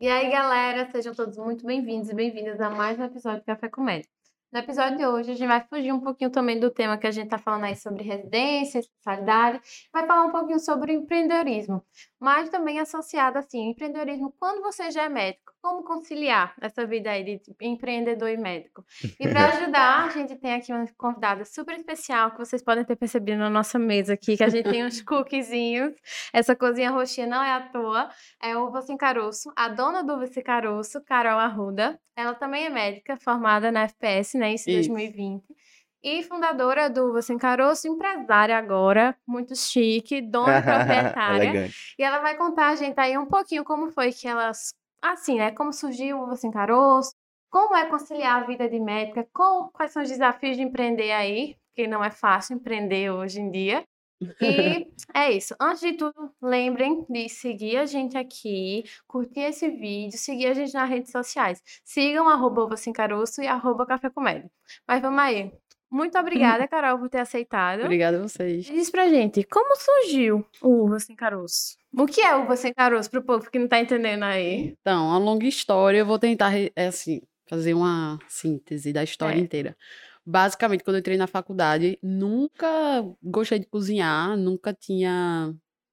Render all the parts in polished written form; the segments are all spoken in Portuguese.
E aí, galera, sejam todos muito bem-vindos e bem-vindas a mais um episódio do Café com Médico. No episódio de hoje, a gente vai fugir um pouquinho também do tema que a gente tá falando aí sobre residência, especialidade, vai falar um pouquinho sobre empreendedorismo, mas também associado assim, empreendedorismo quando você já é médico, como conciliar essa vida aí de empreendedor e médico. E para ajudar, a gente tem aqui uma convidada super especial que vocês podem ter percebido na nossa mesa aqui, que a gente tem uns cookiezinhos, essa cozinha roxinha não é à toa. É Uva Sem Caroço, a dona do Uva Sem Caroço, Carol Arruda. Ela também é médica, formada na FPS, né, isso em Isso. 2020. E fundadora do Uva Sem Caroço, empresária agora, muito chique, dona e proprietária. Elegante. E ela vai contar a gente aí um pouquinho como foi que elas, assim, né, como surgiu o Uva Sem Caroço, como é conciliar a vida de médica, quais são os desafios de empreender aí, porque não é fácil empreender hoje em dia. E é isso. Antes de tudo, lembrem de seguir a gente aqui, curtir esse vídeo, seguir a gente nas redes sociais. Sigam @Uva Sem Caroço e @Café com Médico. Mas vamos aí. Muito obrigada, Carol, por ter aceitado. Obrigada a vocês. Diz pra gente, como surgiu o Uva Sem Caroço? O que é Uva Sem Caroço, pro povo que não tá entendendo aí? Então, uma longa história, eu vou tentar, assim, fazer uma síntese da história É. inteira. Basicamente, quando eu entrei na faculdade, nunca gostei de cozinhar, nunca tinha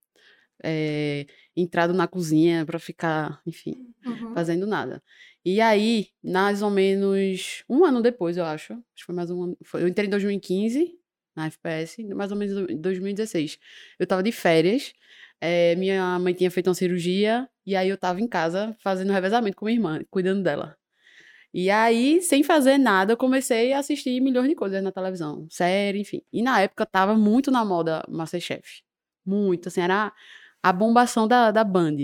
entrado na cozinha pra ficar, enfim, Uhum. fazendo nada. E aí, mais ou menos um ano depois, eu acho que foi mais um ano, eu entrei em 2015 na FPS, mais ou menos em 2016. Eu tava de férias, minha mãe tinha feito uma cirurgia, e aí eu tava em casa fazendo revezamento com minha irmã, cuidando dela. E aí, sem fazer nada, eu comecei a assistir milhões de coisas na televisão, série, enfim. E na época tava muito na moda MasterChef. Muito, assim, era a bombação da Band.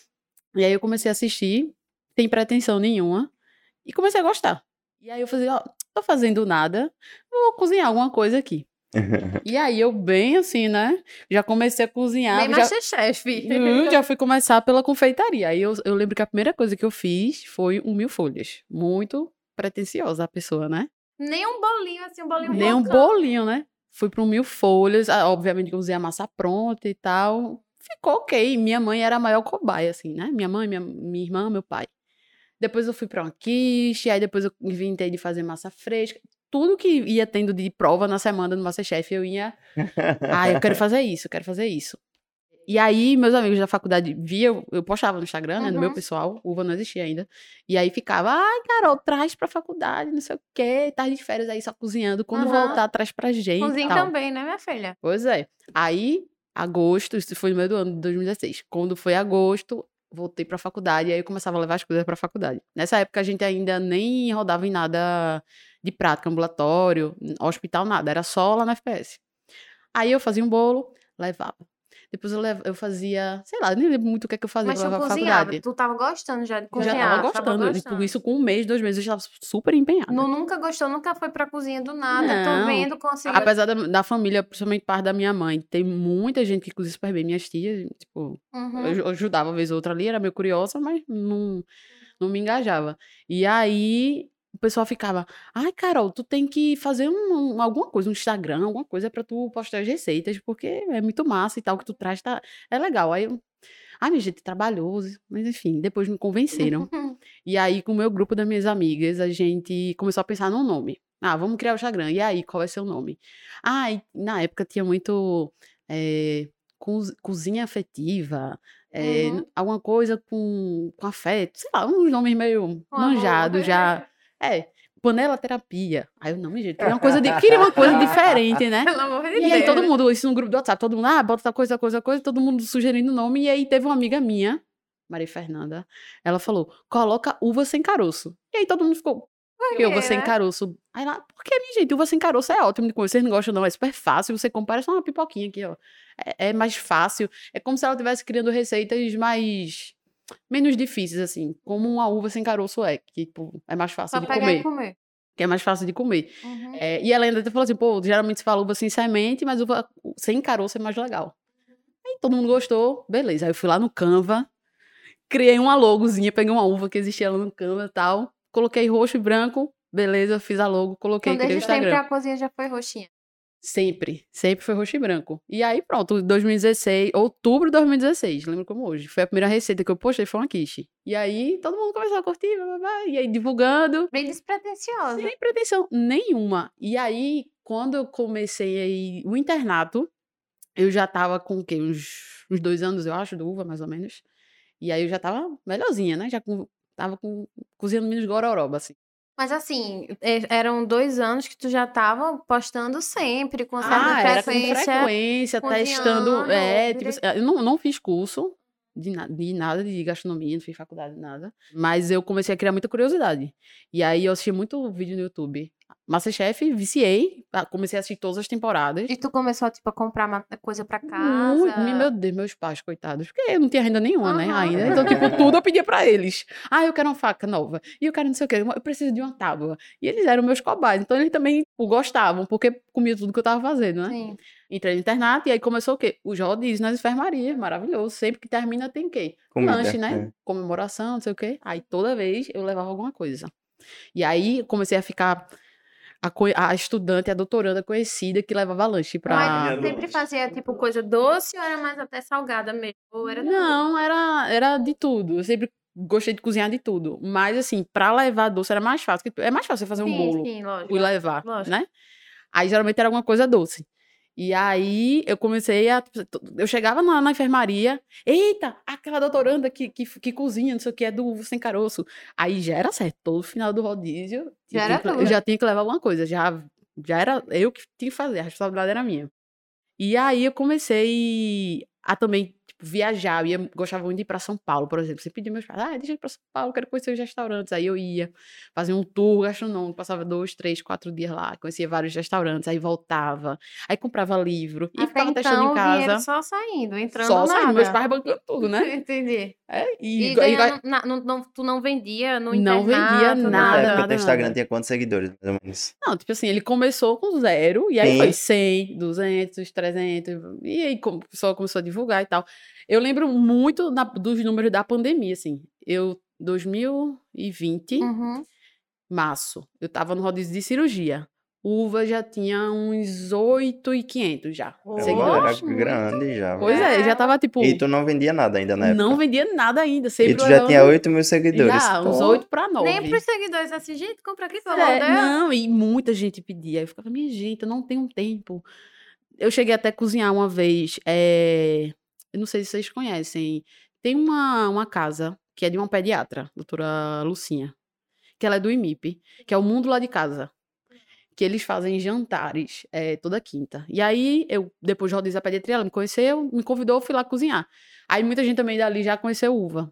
E aí eu comecei a assistir, sem pretensão nenhuma, e comecei a gostar. E aí eu falei, ó, tô fazendo nada, vou cozinhar alguma coisa aqui. E aí eu bem assim, né, já comecei a cozinhar, Bem Masterchef. já fui começar pela confeitaria. Aí eu lembro que a primeira coisa que eu fiz foi um milfolhas. Muito pretensiosa a pessoa, né? Nem um bolinho, assim, um bolinho Nem um bocão. bolinho, né? Fui para um milfolhas, obviamente que eu usei a massa pronta e tal. Ficou ok. Minha mãe era a maior cobaia, assim, né? Minha mãe, minha irmã, meu pai. Depois eu fui para uma quiche, aí depois eu inventei de fazer massa fresca. Tudo que ia tendo de prova na semana do MasterChef, eu ia... Ah, eu quero fazer isso, eu quero fazer isso. E aí, meus amigos da faculdade via, eu postava no Instagram, né, no meu Uhum. pessoal, Uva não existia ainda. E aí ficava, ai, Carol, traz pra faculdade, não sei o quê, tarde de férias aí só cozinhando. Quando Aham. voltar, traz pra gente e Cozinha tal. também, né, minha filha? Pois é. Aí, agosto, isso foi no meio do ano de 2016. Quando foi agosto, voltei pra faculdade, e aí eu começava a levar as coisas pra faculdade. Nessa época, a gente ainda nem rodava em nada de prática, ambulatório, hospital, nada. Era só lá na FPS. Aí eu fazia um bolo, levava. Depois eu fazia, sei lá, nem lembro muito o que é que eu fazia Mas pra tu levar pra cozinhava, faculdade. tu tava gostando já de Eu já tava cozinhar, tava gostando. Tipo, gostando. isso com 1 mês, 2 meses, eu já estava super empenhada. Nunca gostou, nunca foi pra cozinha do nada, tô Não. vendo, conseguiu. Apesar da família, principalmente parte da minha mãe, tem muita gente que cozinha super bem. Minhas tias, tipo, Uhum. eu ajudava uma vez ou outra ali, era meio curiosa, mas não me engajava. E aí, o pessoal ficava, ai, Carol, tu tem que fazer alguma coisa, um Instagram, alguma coisa pra tu postar as receitas, porque é muito massa e tal, o que tu traz é legal. Aí eu, ai, minha gente, trabalhoso, mas enfim, depois me convenceram. E aí, com o meu grupo das minhas amigas, a gente começou a pensar num nome. Ah, vamos criar o Instagram. E aí, qual vai ser o nome? Ah, e na época tinha muito cozinha afetiva, Uhum. alguma coisa com afeto, sei lá, uns nomes meio Com amor. manjados já. Panela terapia. Aí eu, não, minha gente, queria uma coisa diferente, né? Pelo amor de E aí todo Deus. mundo, isso no grupo do WhatsApp, todo mundo, bota tal coisa, coisa, coisa, todo mundo sugerindo nome. E aí teve uma amiga minha, Maria Fernanda, ela falou, coloca uva sem caroço. E aí todo mundo ficou, por Por que uva quê, sem né? caroço? Aí lá, porque, minha gente, uva sem caroço é ótimo de comer. Vocês não gostam não, é super fácil, você compara, é só uma pipoquinha aqui, ó. É mais fácil, é como se ela estivesse criando receitas menos difíceis, assim, como uma uva sem caroço que, tipo, é mais fácil Pra de pegar e comer. comer. Que é mais fácil de comer. Uhum. E ela ainda até falou assim, pô, geralmente se fala uva sem semente, mas uva sem caroço é mais legal. Aí todo mundo gostou, beleza. Aí eu fui lá no Canva, criei uma logozinha, peguei uma uva que existia lá no Canva e tal, coloquei roxo e branco, beleza, fiz a logo, Então, coloquei, criei o desde sempre Instagram. a cozinha já foi roxinha. Sempre foi roxo e branco. E aí, pronto, 2016, outubro de 2016, lembro como hoje. Foi a primeira receita que eu postei, foi uma quiche. E aí, todo mundo começou a curtir, blá, blá, blá, e aí divulgando. Bem despretensiosa. Sem pretensão nenhuma. E aí, quando eu comecei aí o internato, eu já tava com o quê? Uns 2 anos, eu acho, do uva, mais ou menos. E aí eu já tava melhorzinha, né? Tava cozinhando menos gororoba, assim. Mas assim, eram 2 anos que tu já estava postando sempre, com certa Era com frequência, frequência, testando. cozinhando, Tipo, eu não fiz curso de nada de gastronomia, não fiz faculdade, nada. Mas eu comecei a criar muita curiosidade. E aí eu assisti muito vídeo no YouTube. MasterChef, viciei, comecei a assistir todas as temporadas. E tu começou, tipo, a comprar coisa pra Meu casa. Deus, meus pais, coitados. Porque eu não tinha renda nenhuma, né, Aham. ainda. Então, tipo, tudo eu pedia pra eles. Eu quero uma faca nova. E eu quero não sei o quê. Eu preciso de uma tábua. E eles eram meus cobaias. Então, eles também gostavam, porque comia tudo que eu tava fazendo, né? Sim. Entrei no internato e aí começou o quê? Os rodízios nas enfermarias. Maravilhoso. Sempre que termina tem o quê? Comida, Lanche, né? Comemoração, não sei o quê. Aí, toda vez, eu levava alguma coisa. E aí, comecei a ficar a estudante, a doutoranda conhecida que levava lanche pra... Mas tu sempre fazia, tipo, coisa doce ou era mais até salgada mesmo? Ou era Não, era de tudo. Eu sempre gostei de cozinhar de tudo. Mas, assim, pra levar doce era mais fácil. É mais fácil você fazer um bolo Sim, lógico. e levar, Lógico. né? Aí, geralmente, era alguma coisa doce. E aí, eu comecei a... Eu chegava na enfermaria. Eita, aquela doutoranda que cozinha, não sei o que, é do uva sem caroço. Aí, já era certo. Todo final do rodízio, eu já tinha que levar alguma coisa. Já era eu que tinha que fazer. A responsabilidade era minha. E aí, eu comecei a também, tipo, viajar. Gostava muito de ir pra São Paulo, por exemplo. Você pedia meus pais, deixa eu ir pra São Paulo, quero conhecer os restaurantes. Aí eu ia, fazia um tour gastronômico, passava 2, 3, 4 dias lá, conhecia vários restaurantes, aí voltava, aí comprava livro e Até ficava testando então, em o dinheiro casa. só saindo, entrando Só saindo, meus nada. pais bancando tudo, né? Entendi. E E ganhando, tu não vendia no não vendia internato, Nessa época, nada, teu Instagram nada. tinha quantos seguidores, mais ou menos? Não, tipo assim, ele começou com 0, e aí Sim. foi 100, 200, 300, e aí o pessoal começou a divulgar e tal. Eu lembro muito dos números da pandemia, assim. 2020, Uhum. março, eu tava no rodízio de cirurgia. Uva já tinha uns 8.500 já, Era seguidores. grande já. Pois é, já tava tipo... E tu não vendia nada ainda na época? Não vendia nada ainda, E sempre tu já tinha levando... 8 mil seguidores. Já, uns 8 para 9. Nem pros seguidores assim, gente, compra aqui, pelo amor de Deus. Não, e muita gente pedia. Eu ficava, minha gente, eu não tenho tempo. Eu cheguei até a cozinhar uma vez. Eu não sei se vocês conhecem. Tem uma casa que é de uma pediatra, doutora Lucinha, que ela é do IMIP, que é o Mundo Lá de Casa. Que eles fazem jantares toda quinta. E aí, depois de rodízio da pediatria, ela me conheceu, me convidou, eu fui lá cozinhar. Aí muita gente também dali já conheceu uva.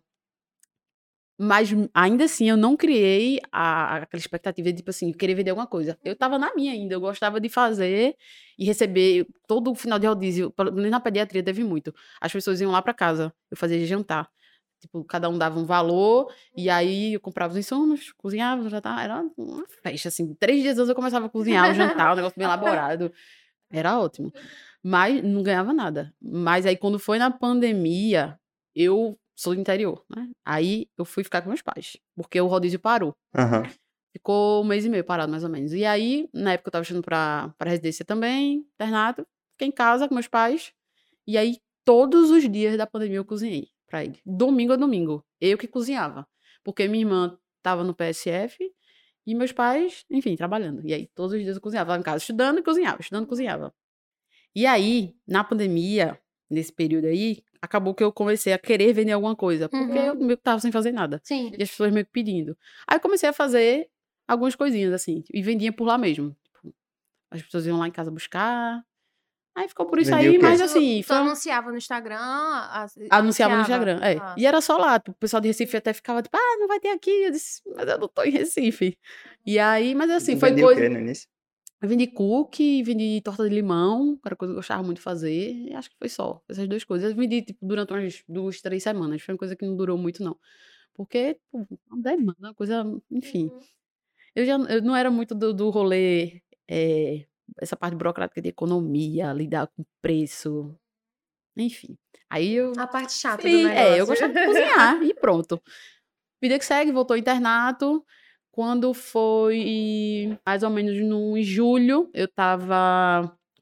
Mas ainda assim, eu não criei aquela expectativa de, tipo assim, querer vender alguma coisa. Eu tava na minha ainda, eu gostava de fazer e receber todo o final de rodízio. Pelo menos na pediatria teve muito. As pessoas iam lá pra casa, eu fazia jantar. Tipo, cada um dava um valor, e aí eu comprava os insumos, cozinhava, já tá, era uma festa, assim. 3 dias antes eu começava a cozinhar, o jantar, um negócio bem elaborado. Era ótimo. Mas não ganhava nada. Mas aí, quando foi na pandemia, eu sou do interior, né? Aí eu fui ficar com meus pais, porque o rodízio parou. Aham. Ficou 1 mês e meio parado, mais ou menos. E aí, na época eu tava estudando pra residência também, internato, fiquei em casa com meus pais. E aí, todos os dias da pandemia eu cozinhei pra ele. Domingo a domingo. Eu que cozinhava. Porque minha irmã tava no PSF e meus pais, enfim, trabalhando. E aí, todos os dias eu cozinhava. Tava em casa estudando e cozinhava, estudando e cozinhava. E aí, na pandemia, nesse período aí, acabou que eu comecei a querer vender alguma coisa. Porque eu meio que tava sem fazer nada. Sim. E as pessoas meio que pedindo. Aí eu comecei a fazer algumas coisinhas, assim. E vendia por lá mesmo. Tipo, as pessoas iam lá em casa buscar. Aí ficou por isso Vendia o aí, quê? mas assim... Tu anunciava no Instagram? Anunciava no Instagram, Ah. E era só lá. O pessoal de Recife até ficava tipo, não vai ter aqui. Eu disse, mas eu não tô em Recife. E aí, mas assim, Tu foi vendia coisa... o quê no início? Eu vendi cookie, vendi torta de limão, que era coisa que eu gostava muito de fazer. E acho que foi só essas 2 coisas. Eu vendi, tipo, durante umas 2, 3 semanas. Foi uma coisa que não durou muito, não. Porque, tipo, uma demanda, uma coisa... Enfim. Eu não era muito do rolê... essa parte burocrática de economia, lidar com preço... Enfim. Aí eu... A parte chata do negócio. eu gostava de cozinhar e pronto. Vida que segue, voltou ao internato. Quando foi mais ou menos em julho, eu tava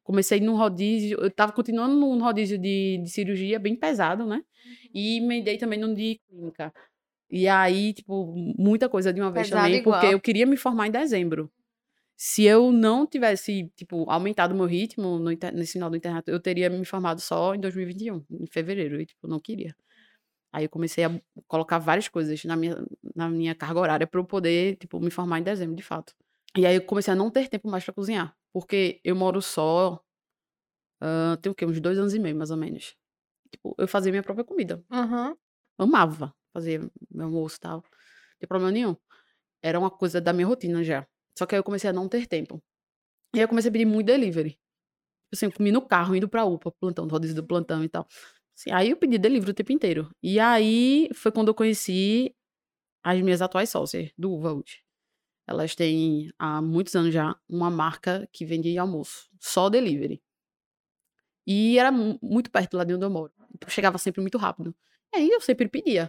comecei num rodízio, eu tava continuando num rodízio de cirurgia bem pesado, né? E emendei também num de clínica. E aí, tipo, muita coisa de uma vez Pesado também, porque igual. eu queria me formar em dezembro. Se eu não tivesse, tipo, aumentado o meu ritmo nesse final do internato, eu teria me formado só em 2021, em fevereiro, e, tipo, não queria. Aí eu comecei a colocar várias coisas na minha carga horária pra eu poder, tipo, me formar em dezembro, de fato. E aí eu comecei a não ter tempo mais pra cozinhar, porque eu moro só, tem o quê? Uns 2 anos e meio, mais ou menos. Tipo, eu fazia minha própria comida. Uhum. Amava fazer meu almoço e tal. Não tem problema nenhum. Era uma coisa da minha rotina já. Só que aí eu comecei a não ter tempo. E aí eu comecei a pedir muito delivery. Assim, eu comi no carro, indo pra UPA, plantão, rodízio do plantão e tal. Assim, aí eu pedi delivery o tempo inteiro. E aí foi quando eu conheci as minhas atuais sócias, do Uva hoje. Elas têm, há muitos anos já, uma marca que vende almoço. Só delivery. E era muito perto lá de onde eu moro. Então chegava sempre muito rápido. E aí eu sempre pedia.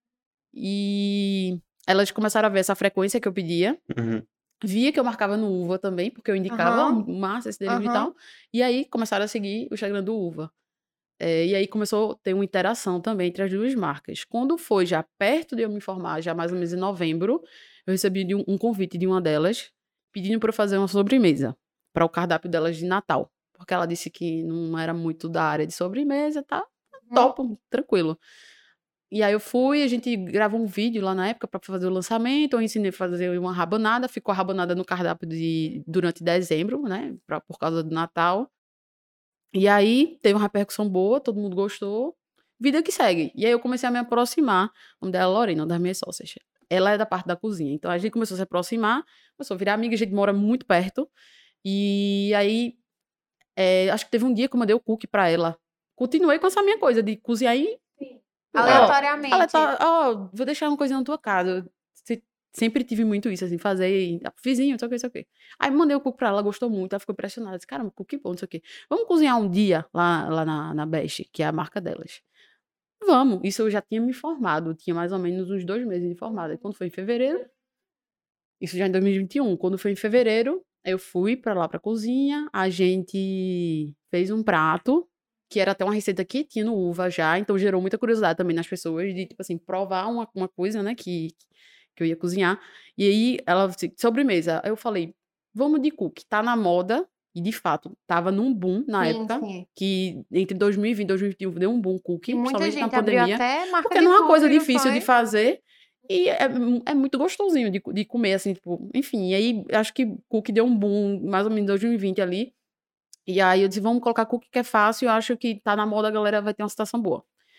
E elas começaram a ver essa frequência que eu pedia. Uhum. Via que eu marcava no Uva também, porque eu indicava, Aham. massa esse delivery e Aham. tal. E aí começaram a seguir o Instagram do Uva. E aí começou a ter uma interação também entre as duas marcas. Quando foi já perto de eu me formar, já mais ou menos em novembro, eu recebi um convite de uma delas, pedindo para eu fazer uma sobremesa para o cardápio delas de Natal. Porque ela disse que não era muito da área de sobremesa, tá? Topo, tranquilo. E aí eu fui, a gente gravou um vídeo lá na época para fazer o lançamento, eu ensinei a fazer uma rabanada, ficou a rabanada no cardápio durante dezembro, né, por causa do Natal. E aí teve uma repercussão boa, todo mundo gostou, vida que segue. E aí eu comecei a me aproximar, o nome dela é Lorena, uma das minhas sócias. Ela é da parte da cozinha, então a gente começou a se aproximar, começou a virar amiga, a gente mora muito perto. E aí, acho que teve um dia que eu mandei o cookie pra ela. Continuei com essa minha coisa de cozinhar e Aleatoriamente. vou deixar uma coisinha na tua casa. Eu sempre tive muito isso, assim, fazer vizinho, não sei o que, não sei o que. Aí mandei o cookie pra ela, gostou muito, ela ficou impressionada. Disse, caramba, cookie bom, não sei o que. Vamos cozinhar um dia lá na Best, que é a marca delas. Vamos. Isso eu já tinha me formado, tinha mais ou menos uns 2 meses de formada. E quando foi em fevereiro, isso já em 2021, quando foi em fevereiro, eu fui pra lá pra cozinha, a gente fez um prato, que era até uma receita que tinha no Uva já, então gerou muita curiosidade também nas pessoas de, tipo assim, provar uma coisa, né, que eu ia cozinhar. E aí, ela disse, sobremesa. Aí eu falei, vamos de cookie, tá na moda, e de fato, tava num boom na Sim, época, sim. que entre 2020 e 2021 deu um boom E cookie, muita principalmente na gente abriu pandemia, até marca porque de não é uma coisa cookie, não difícil de foi? fazer, e é muito gostosinho de comer, assim, tipo, enfim. E aí, acho que cookie deu um boom, mais ou menos em 2020 ali. E aí eu disse, vamos colocar cookie que é fácil, eu acho que tá na moda, a galera vai ter uma situação boa.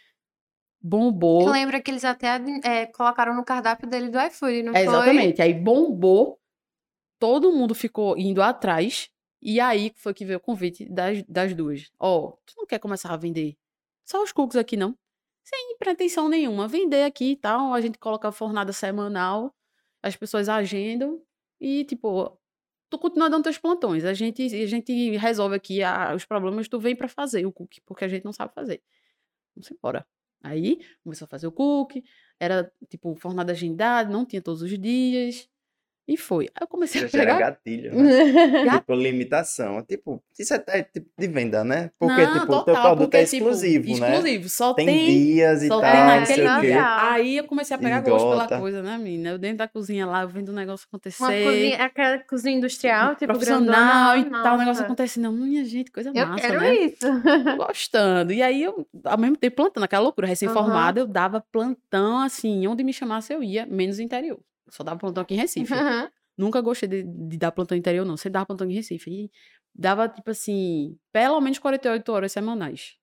Eu Bombou. lembro que eles até colocaram no cardápio dele do iFood, não foi? Exatamente. Aí bombou, todo mundo ficou indo atrás, e aí foi que veio o convite das duas. Ó, tu não quer começar a vender só os cookies aqui, não? Sem pretensão nenhuma. Vender aqui e tal, a gente coloca a fornada semanal, as pessoas agendam e, tipo, tu continua dando teus plantões. A gente resolve aqui os problemas, tu vem pra fazer o cookie, porque a gente não sabe fazer. Vamos embora. Aí, começou a fazer o cookie, era, tipo, fornada agendada, não tinha todos os dias, e foi. Aí eu comecei a Já gera pegar gatilho, né? Tipo, limitação. Tipo, isso é tipo de venda, né? Porque, Não, tipo, o teu total, produto é porque, tipo, exclusivo, né? exclusivo, só Tem tem dias e só tem tal, não naquele sei o quê. dia. Aí eu comecei a pegar gosto pela Esgota. coisa, né, menina? Eu dentro da cozinha lá, eu vendo o negócio Uma acontecer, cozinha, aquela cozinha industrial, tipo, profissional grandona. e tal, o negócio Nossa, acontecendo. Minha gente, coisa eu massa, quero né? isso. Tô gostando. E aí eu, ao mesmo tempo, plantando aquela loucura, Aham. recém-formada, eu dava plantão, assim, onde me chamasse eu ia, menos interior. Eu só dava plantão aqui em Recife. Nunca gostei de dar plantão interior, não. Sempre dava plantão em Recife. E dava, tipo assim, pelo menos 48 horas semanais.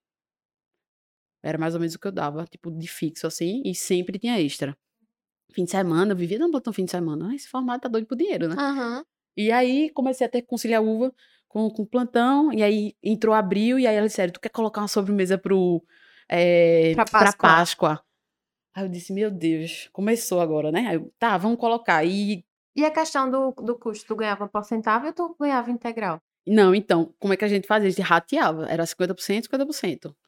Era mais ou menos o que eu dava, tipo, de fixo, assim, e sempre tinha extra. Fim de semana, eu vivia dando plantão fim de semana. Esse formato tá doido por dinheiro, né? Aham. E aí, comecei a ter que conciliar uva com plantão, e aí entrou abril, e aí ela disse, sério, tu quer colocar uma sobremesa Pra pra Páscoa. Páscoa? Aí eu disse, meu Deus, começou agora, né? Aí eu, tá, vamos colocar. E a questão do custo? Tu ganhava porcentagem ou tu ganhava integral? Não, então, como é que a gente fazia? A gente rateava, era 50%, 50%.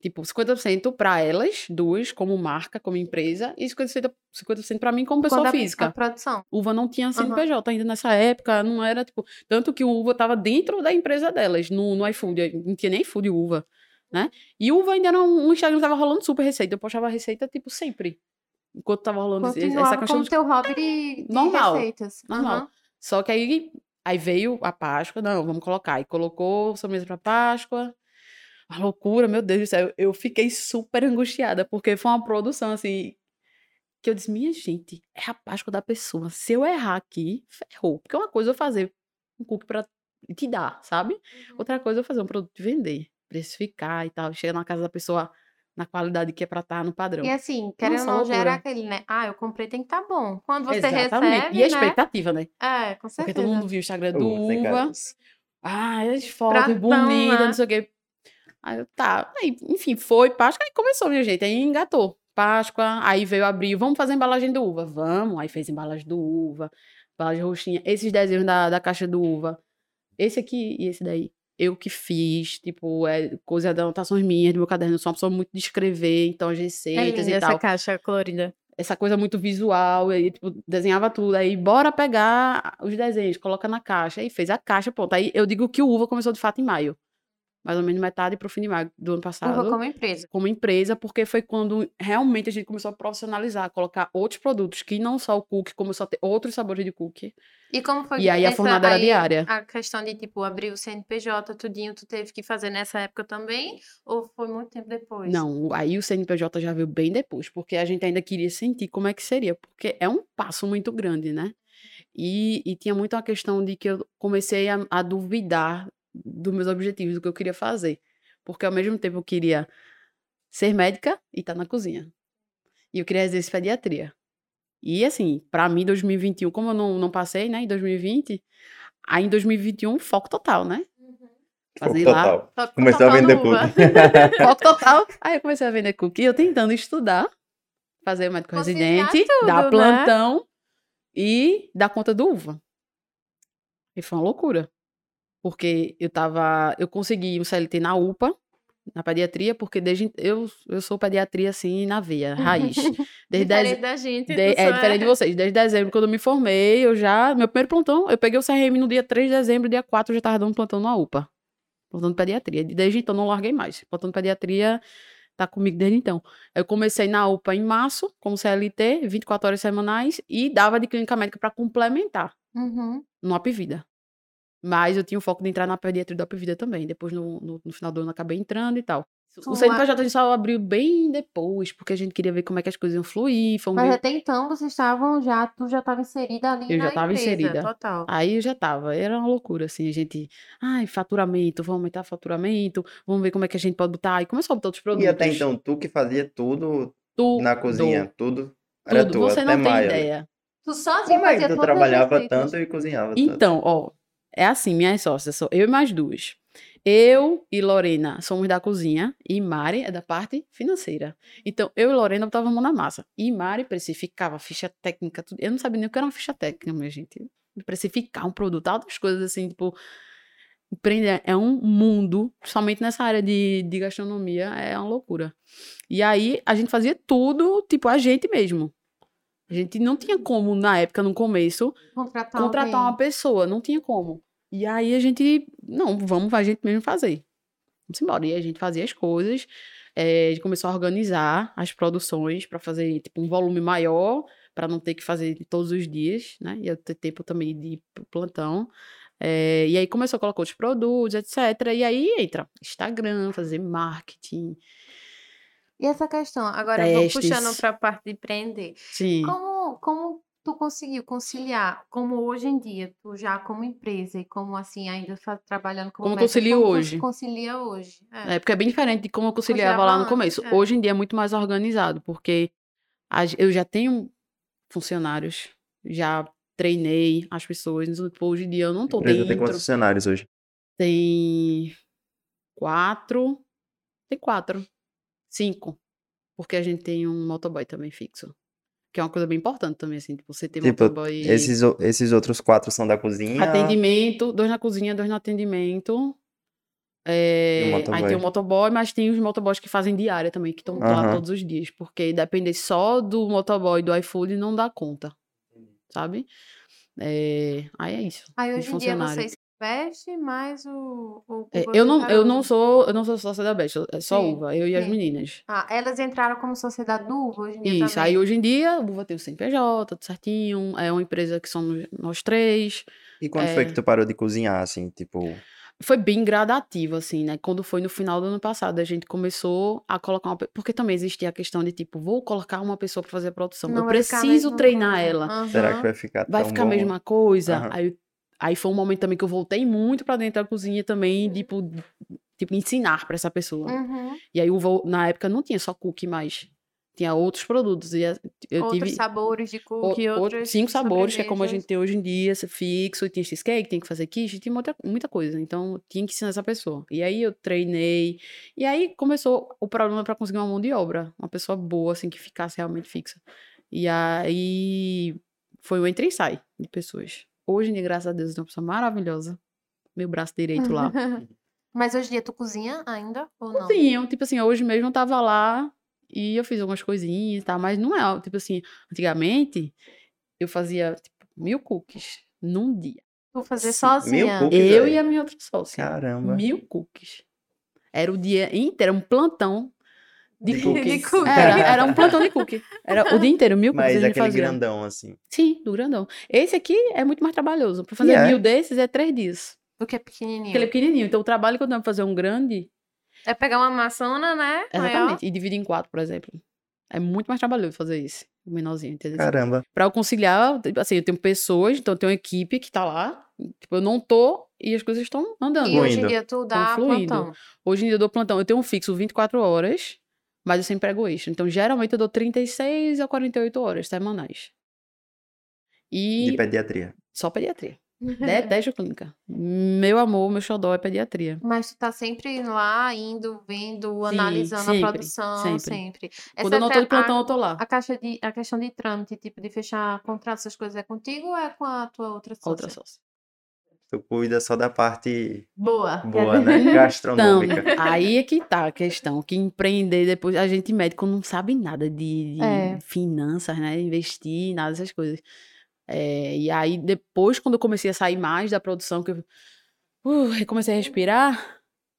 Tipo, 50% para elas, duas, como marca, como empresa, e 50% para mim como pessoa Quando a física. produção. Uva não tinha CNPJ ainda nessa época, não era, tipo... Tanto que o Uva tava dentro da empresa delas, no iFood. Não tinha nem iFood Uva, né? E o Uva ainda era um Instagram que tava rolando super receita. Eu postava receita, tipo, sempre. Enquanto tava rolando essa Continuava questão como teu hobby de normal, receitas. normal. Aham. Só que aí veio a Páscoa, não, vamos colocar. E colocou sobremesa pra Páscoa. A loucura, meu Deus do céu. Eu fiquei super angustiada, porque foi uma produção, assim, que eu disse, minha gente, é a Páscoa da pessoa. Se eu errar aqui, ferrou. Porque uma coisa é eu fazer um cookie pra te dar, sabe? Outra coisa é eu fazer um produto e vender, precificar e tal. Chega na casa da pessoa na qualidade que é pra estar no padrão. E assim, querendo ou Nossa, não, gera loucura. aquele, né? Ah, eu comprei, tem que estar bom. Quando você Exatamente. E recebe, a né? expectativa, né? Com Porque todo mundo certeza. viu o Instagram do Sem Uva. caras. Ah, as fotos Pratão bonitas, não lá. sei o quê. Aí eu, tá. Aí, enfim, foi Páscoa, aí começou, minha gente. Aí engatou. Páscoa, aí veio abril, vamos fazer embalagem do Uva. Vamos. Aí fez embalagem do Uva, embalagem roxinha. Esses desenhos da caixa do Uva. Esse aqui e esse daí. Eu que fiz, tipo, coisa de anotações minhas, do meu caderno. Eu sou uma pessoa muito de escrever, então as É receitas linda e essa tal. caixa colorida. Essa coisa muito visual, aí, tipo, desenhava tudo. Aí, bora pegar os desenhos, coloca na caixa. Aí fez a caixa, pronto. Aí eu digo que o Uva começou de fato em maio. Mais ou menos metade pro fim de maio do ano Uva passado, como empresa. como empresa, porque foi quando realmente a gente começou a profissionalizar, colocar outros produtos, que não só o cookie, começou a ter outros sabores de cookie. E como foi E aí a fornada era diária. a questão de, tipo, abrir o CNPJ, tudinho, tu teve que fazer nessa época também? Ou foi muito tempo depois? Não, aí o CNPJ já veio bem depois, porque a gente ainda queria sentir como é que seria, porque é um passo muito grande, né? E tinha muito uma questão de que eu comecei a duvidar dos meus objetivos, do que eu queria fazer. Porque ao mesmo tempo eu queria ser médica e estar na cozinha. E eu queria exercer pediatria. E assim, pra mim, 2021, como eu não passei, né, em 2020, aí em 2021, foco total, né? Foco Fazer lá, total. Foco Começou a total no vender Uva. cookie. foco total. Aí eu comecei a vender cookie, eu tentando estudar, fazer o médico Conciliar residente, dar tudo, né? plantão e dar conta do uva. E foi uma loucura. Porque eu consegui um CLT na UPA, na pediatria, porque eu sou pediatria, assim, na veia, raiz. Desde Diferente da gente, tu só é diferente de vocês. Desde dezembro, quando eu me formei, meu primeiro plantão, eu peguei o CRM no dia 3 de dezembro, dia 4 eu já tava dando plantão na UPA. Plantão de pediatria. Desde então, não larguei mais. Plantão de pediatria tá comigo desde então. Eu comecei na UPA em março, como CLT, 24 horas semanais, e dava de clínica médica para complementar Uhum. no Apvida. Mas eu tinha o foco de entrar na pediatria do Apvida também. Depois, no final do ano, acabei entrando e tal. O CNPJ a gente só abriu bem depois, porque a gente queria ver como é que as coisas iam fluir. Mas até então vocês estavam já, tu já estava inserida ali Eu já na estava empresa, inserida. total. Aí eu já estava. Era uma loucura, assim. A gente, faturamento, vamos aumentar faturamento, vamos ver como é que a gente pode botar. E começou a botar outros E até produtos. então, tu que fazia tudo na Tudo, cozinha, tudo era tudo. tu, Você até não tem maio ali. ideia. Tu sozinho Como é que fazia tu todas as trabalhava receitas. tanto e cozinhava tanto? Então, ó, é assim, minhas sócias, sou eu e mais duas. Eu e Lorena somos da cozinha e Mari é da parte financeira. Então, eu e Lorena botava a mão na massa. E Mari precificava ficha técnica, tudo. Eu não sabia nem o que era uma ficha técnica, minha gente. Precificar um produto, altas coisas assim, tipo, empreender é um mundo, somente nessa área de gastronomia, é uma loucura. E aí, a gente fazia tudo, tipo, a gente mesmo. A gente não tinha como, na época, no começo, contratar uma pessoa, não tinha como. E aí a gente, não, vamos a gente mesmo fazer. Vamos embora. E a gente fazia as coisas, a gente começou a organizar as produções para fazer tipo, um volume maior, para não ter que fazer todos os dias, né? E eu ter tempo também de ir pro plantão. E aí começou a colocar outros produtos, etc. E aí entra Instagram, fazer marketing, E essa questão, agora eu vou puxando testes. para a parte de empreender. Sim. Como tu conseguiu conciliar, como hoje em dia, tu já como empresa e como assim, ainda trabalhando como Como médica, concilio como tu hoje? concilia hoje? É, porque é bem diferente de como eu conciliava Conciliava lá no antes, começo. Hoje em dia é muito mais organizado, porque eu já tenho funcionários, já treinei as pessoas. Hoje em dia eu não A tô empresa tem quantos dentro. funcionários hoje? Tem 4. Tem 4. 5. Porque a gente tem um motoboy também fixo. Que é uma coisa bem importante também, assim, tipo, você ter Tipo, motoboy. esses outros 4 são da cozinha. Atendimento, 2 na cozinha, 2 no atendimento. E o Aí motoboy? tem o motoboy, mas tem os motoboys que fazem diária também, que estão lá Aham. todos os dias. Porque depender só do motoboy e do iFood não dá conta, sabe? Aí é isso. Aí De hoje em dia funcionário. vocês investem, mas o Eu não sou sócia da Best, é só Sim, Uva, eu e as sim. meninas. Elas entraram como sociedade do Uva hoje em dia Isso, aí também. hoje em dia, o Uva tem o CNPJ, tudo certinho, é uma empresa que somos nós três. E quando foi que tu parou de cozinhar, assim, tipo... Foi bem gradativo, assim, né? Quando foi no final do ano passado, a gente começou a colocar porque também existia a questão de, tipo, vou colocar uma pessoa para fazer a produção. Não Eu vai ficar a preciso mesma treinar coisa. ela. Será que Aham. vai ficar Vai tão ficar a bom? mesma coisa? Aham. Aí foi um momento também que eu voltei muito pra dentro da cozinha também, tipo ensinar pra essa pessoa. Uhum. E aí, na época, não tinha só cookie mais. Tinha outros produtos. E eu Outros tive sabores de cookie, outras 5 sabores, que é como a gente sobremesas. tem hoje em dia, fixo, e tinha cheesecake, tem que fazer quiche, tinha muita coisa. Então, tinha que ensinar essa pessoa. E aí, eu treinei. E aí, começou o problema pra conseguir uma mão de obra. Uma pessoa boa, assim, que ficasse realmente fixa. E aí, foi o entra e sai de pessoas. Hoje em dia, graças a Deus, eu tenho uma pessoa maravilhosa. Meu braço direito lá. Mas hoje em dia tu cozinha ainda ou não? Cozinham, tipo assim, hoje mesmo eu tava lá e eu fiz algumas coisinhas, tá? Mas não é, tipo assim, antigamente eu fazia, tipo, 1000 cookies num dia. Tu fazer 1000 sozinha. cookies, Eu e velho? a minha outra sócia. Caramba. 1000 cookies. Era o dia inteiro, um plantão de De cookie. De cookie. Era um plantão de cookie. Era o dia inteiro, 1000 cookies a Mas gente aquele fazia. grandão, assim. Sim, do grandão. Esse aqui é muito mais trabalhoso. Pra E fazer é? 1000 desses é 3 dias. Do que é Porque ele é pequenininho. pequenininho. Então o trabalho que eu tenho pra fazer um grande, É pegar uma maçona, né? Maior. exatamente, e dividir em 4, por exemplo. É muito mais trabalhoso fazer isso. O menorzinho, entendeu? Caramba. Pra eu conciliar, assim, eu tenho pessoas, então eu tenho uma equipe que tá lá. Tipo, eu não tô e as coisas estão andando. E hoje em Fluindo. dia tu Estão dá fluindo. plantão. Hoje em dia eu dou plantão. Eu tenho um fixo 24 horas, mas eu sempre prego extra. Então, geralmente eu dou 36 a 48 horas semanais. De E pediatria. só pediatria. Detesto clínica. Meu amor, meu xodó é pediatria. Mas tu tá sempre lá, indo, vendo, Sim, analisando a sempre, produção, sempre. Quando eu não tô de plantão, eu tô lá. A questão de trâmite, tipo, de fechar contrato, essas coisas, é contigo ou é com a tua outra sócia? Outra sócia. Tu cuida só da parte Boa. boa, né? Então, Gastronômica. aí é que tá a questão, que empreender depois, a gente médico não sabe nada de É. finanças, né, investir, nada dessas coisas. E aí depois, quando eu comecei a sair mais da produção, que eu comecei a respirar,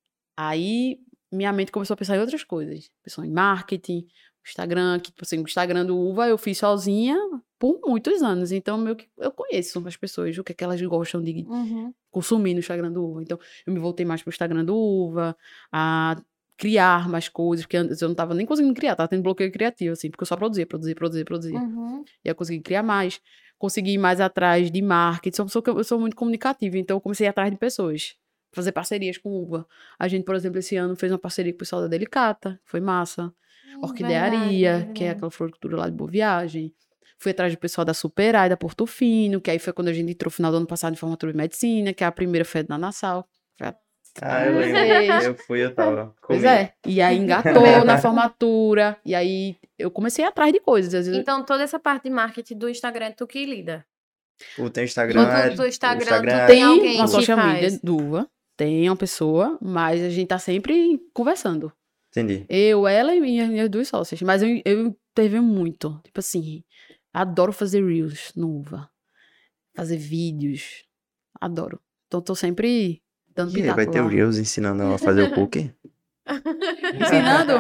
aí minha mente começou a pensar em outras coisas. Pensou em marketing, Instagram, que, tipo assim, o Instagram do Uva eu fiz sozinha por muitos anos, então meio que eu conheço as pessoas, o que é que elas gostam de Uhum. consumir no Instagram do Uva. Então, eu me voltei mais pro Instagram do Uva, a criar mais coisas, porque antes eu não tava nem conseguindo criar, tava tendo bloqueio criativo, assim, porque eu só produzia. Uhum. E eu consegui criar mais, consegui ir mais atrás de marketing. Sou uma pessoa que eu sou muito comunicativa, então eu comecei a ir atrás de pessoas, fazer parcerias com Uva. A gente, por exemplo, esse ano fez uma parceria com o pessoal da Delicata, foi massa. Orquidearia, Verdade, que é aquela floricultura lá de Boa Viagem. Fui atrás do pessoal da Superai, da Porto Fino, que aí foi quando a gente entrou no final do ano passado em formatura de medicina, que a primeira foi na Nassau. Ah, eu lembro. Eu tava. Pois Comi. é. E aí engatou na formatura. E aí eu comecei atrás de coisas. Às vezes, Então, toda essa parte de marketing do Instagram é tu que lida. O teu Instagram No teu Instagram, tu é tem tem alguém uma que social media faz. do Uva, tem uma pessoa, mas a gente tá sempre conversando. Entendi. Eu, ela e minhas duas sócias. Mas eu intervenho muito. Tipo assim, adoro fazer reels no Uva. Fazer vídeos. Adoro. Então tô sempre dando E aí, vai pitaco ter o lá. Reels ensinando a fazer o cookie? Ensinando?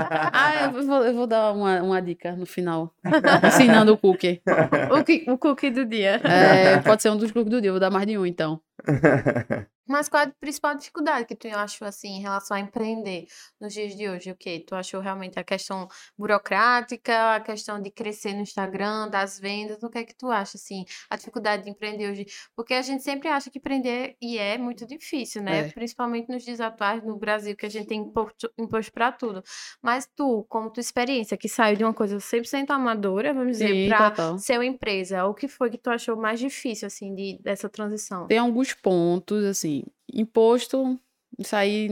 Eu vou dar uma dica no final. Ensinando o cookie. O cookie do dia. Pode ser um dos cookies do dia. Eu vou dar mais de um, então. Mas qual é a principal dificuldade que tu achou, assim, em relação a empreender nos dias de hoje? O quê? Tu achou realmente a questão burocrática, a questão de crescer no Instagram, das vendas? O que é que tu acha, assim, a dificuldade de empreender hoje? Porque a gente sempre acha que empreender e é muito difícil, né? É. Principalmente nos dias atuais no Brasil, que a gente tem imposto para tudo. Mas tu, como tua experiência, que saiu de uma coisa 100% amadora, vamos dizer, Sim, para total. ser uma empresa, o que foi que tu achou mais difícil, assim, dessa transição? Tem alguns pontos, assim. Imposto, isso aí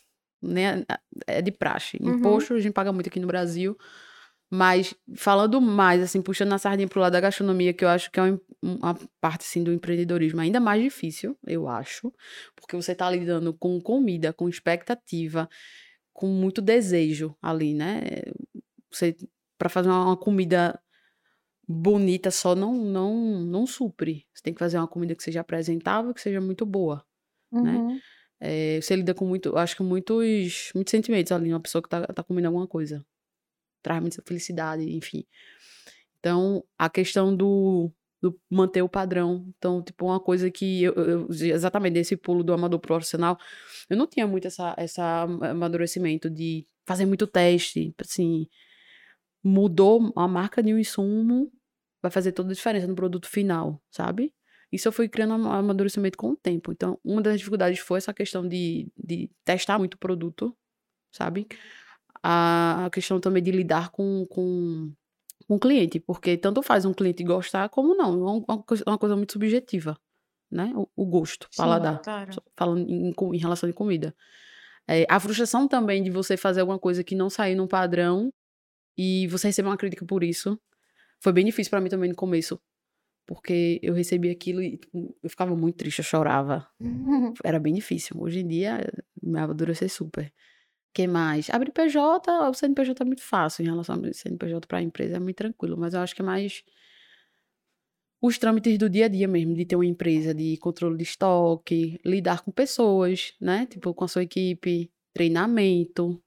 né, é de praxe. Imposto a gente paga muito aqui no Brasil. Mas falando mais, assim, puxando a sardinha pro lado da gastronomia, que eu acho que é uma parte, assim, do empreendedorismo ainda mais difícil, eu acho, porque você tá lidando com comida, com expectativa, com muito desejo ali, né? Você, para fazer uma comida bonita só não supre. Você tem que fazer uma comida que seja apresentável, que seja muito boa, né? Uhum. Você lida com acho que muitos sentimentos ali, uma pessoa que tá comendo alguma coisa. Traz muita felicidade, enfim. Então, a questão do manter o padrão. Então, tipo, uma coisa que exatamente desse pulo do amador profissional, eu não tinha muito essa amadurecimento de fazer muito teste, assim, mudou a marca de um insumo, vai fazer toda a diferença no produto final, sabe? Isso eu fui criando amadurecimento com o tempo. Então, uma das dificuldades foi essa questão de testar muito produto, sabe? A questão também de lidar com o cliente, porque tanto faz um cliente gostar como não. É uma coisa muito subjetiva, né? O gosto, Sim, paladar. claro. Falando em relação de comida. A frustração também de você fazer alguma coisa que não sair num padrão e você receber uma crítica por isso. Foi bem difícil pra mim também no começo, porque eu recebi aquilo e tipo, eu ficava muito triste, eu chorava. Era bem difícil. Hoje em dia, me amadureceu super. Que mais? Abrir PJ, o CNPJ é muito fácil em relação ao CNPJ para a empresa, é muito tranquilo, mas eu acho que é mais os trâmites do dia a dia mesmo, de ter uma empresa de controle de estoque, lidar com pessoas, né? Tipo, com a sua equipe, treinamento,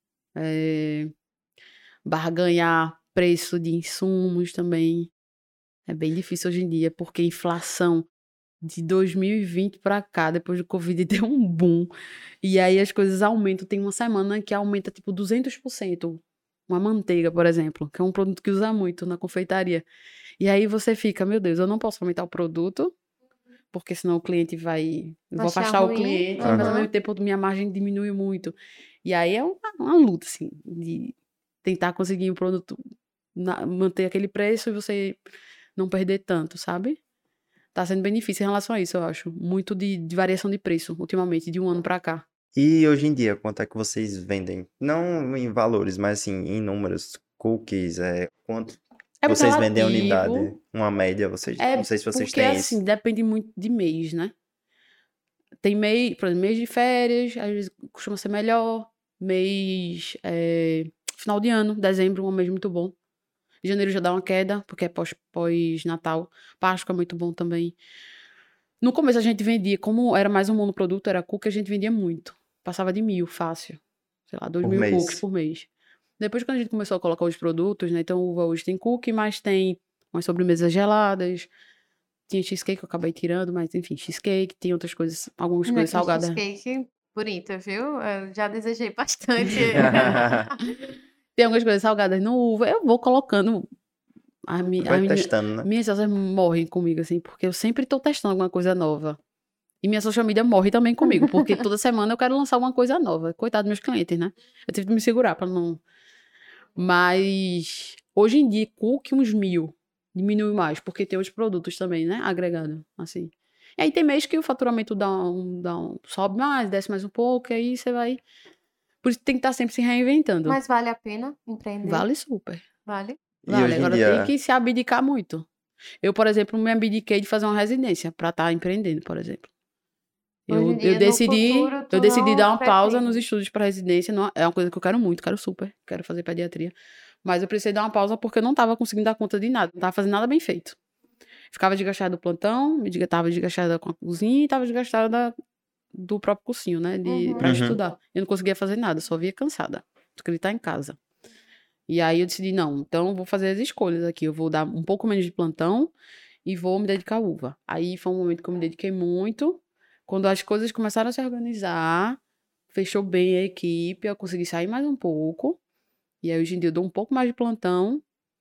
barganhar preço de insumos também. É bem difícil hoje em dia, porque a inflação de 2020 para cá, depois do Covid, deu um boom. E aí as coisas aumentam. Tem uma semana que aumenta tipo 200%. Uma manteiga, por exemplo, que é um produto que usa muito na confeitaria. E aí você fica, meu Deus, eu não posso aumentar o produto, porque senão o cliente vai... Eu vou Achar afastar o ruim. cliente, mas ao Aham. mesmo tempo minha margem diminui muito. E aí é uma luta, assim, de tentar conseguir o produto, manter aquele preço e você não perder tanto, sabe? Tá sendo bem difícil em relação a isso, eu acho. Muito de variação de preço, ultimamente, de um ano pra cá. E hoje em dia, quanto é que vocês vendem? Não em valores, mas assim, em números, cookies, quanto É muito vocês vendem a relativo. unidade? Uma média, vocês, não É sei se vocês porque, têm isso. assim, depende muito de mês, né? Tem mês, por exemplo, mês de férias, às vezes costuma ser melhor. Mês, final de ano, dezembro, um mês muito bom. Janeiro já dá uma queda, porque é pós-Natal. Páscoa é muito bom também. No começo a gente vendia, como era mais um monoproduto, era cookie, a gente vendia muito. Passava de 1.000, fácil. Sei lá, 2 Por mil cookies mês? por mês. Depois, quando a gente começou a colocar os produtos, né? Então, uva hoje tem cookie, mas tem umas sobremesas geladas. Tinha cheesecake que eu acabei tirando, mas enfim, cheesecake, tem outras coisas, algumas Olha coisas que salgadas. cheesecake bonita, viu? Eu já desejei bastante. Tem algumas coisas salgadas no uva. Eu vou colocando. Vai testando, né? Minhas sócias morrem comigo, assim, porque eu sempre tô testando alguma coisa nova. E minha social media morre também comigo, porque toda semana eu quero lançar alguma coisa nova. Coitado dos meus clientes, né? Eu tive que me segurar pra não. Mas hoje em dia, cookie uns 1.000. Diminui mais, porque tem outros produtos também, né? Agregado, assim. E aí tem mês que o faturamento sobe mais, desce mais um pouco, e aí você vai. Por isso tem que estar sempre se reinventando. Mas vale a pena empreender? Vale super. Vale? E Vale. hoje em Agora dia, tem que se abdicar muito. Eu, por exemplo, me abdiquei de fazer uma residência pra estar empreendendo, por exemplo. Hoje em Eu dia, no decidi, futuro, tu eu decidi não dar uma pausa nos pretende. estudos para residência. É uma coisa que eu quero muito, quero super, quero fazer pediatria. Mas eu precisei dar uma pausa porque eu não estava conseguindo dar conta de nada, não estava fazendo nada bem feito. Ficava desgastada do plantão, estava desgastada com a cozinha e estava desgastada do próprio cursinho, né, para Uhum. estudar. Eu não conseguia fazer nada, só via cansada, gritar em casa. E aí eu decidi, não, então eu vou fazer as escolhas aqui, eu vou dar um pouco menos de plantão e vou me dedicar à uva. Aí foi um momento que eu me dediquei muito. Quando as coisas começaram a se organizar, fechou bem a equipe, eu consegui sair mais um pouco. E aí hoje em dia eu dou um pouco mais de plantão